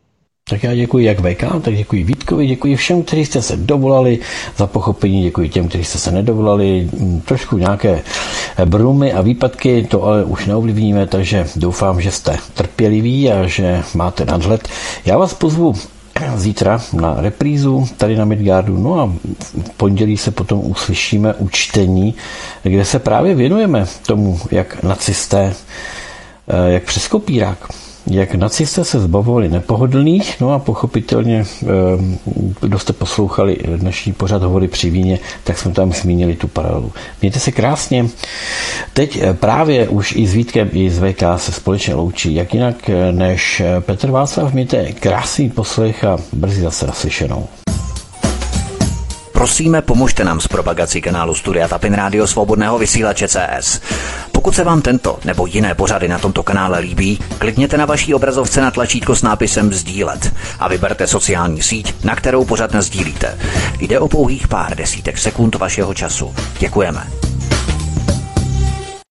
Tak já děkuji jak VK, tak děkuji Vítkovi, děkuji všem, kteří jste se dovolali, za pochopení děkuji těm, kteří jste se nedovolali. Trošku nějaké brumy a výpadky, to ale už neovlivníme, takže doufám, že jste trpěliví a že máte nadhled. Já vás pozvu zítra na reprízu tady na Midgardu, no a v pondělí se potom uslyšíme u čtení, kde se právě věnujeme tomu, jak nacisté, jak přes kopírák, jak nacisté se zbavovali nepohodlných, no a pochopitelně, kdo jste poslouchali dnešní pořad Hovory při víně, tak jsme tam zmínili tu paralelu. Mějte se krásně. Teď právě už i s Vítkem, i s VK se společně loučí. Jak jinak než Petr Václav, mějte krásný poslech a brzy zase naslyšenou. Prosíme, pomožte nám s propagací kanálu Studia Tapin Rádio Svobodného vysílače CS. Pokud se vám tento nebo jiné pořady na tomto kanále líbí, klikněte na vaší obrazovce na tlačítko s nápisem sdílet a vyberte sociální síť, na kterou pořad nasdílíte. Jde o pouhých pár desítek sekund vašeho času. Děkujeme.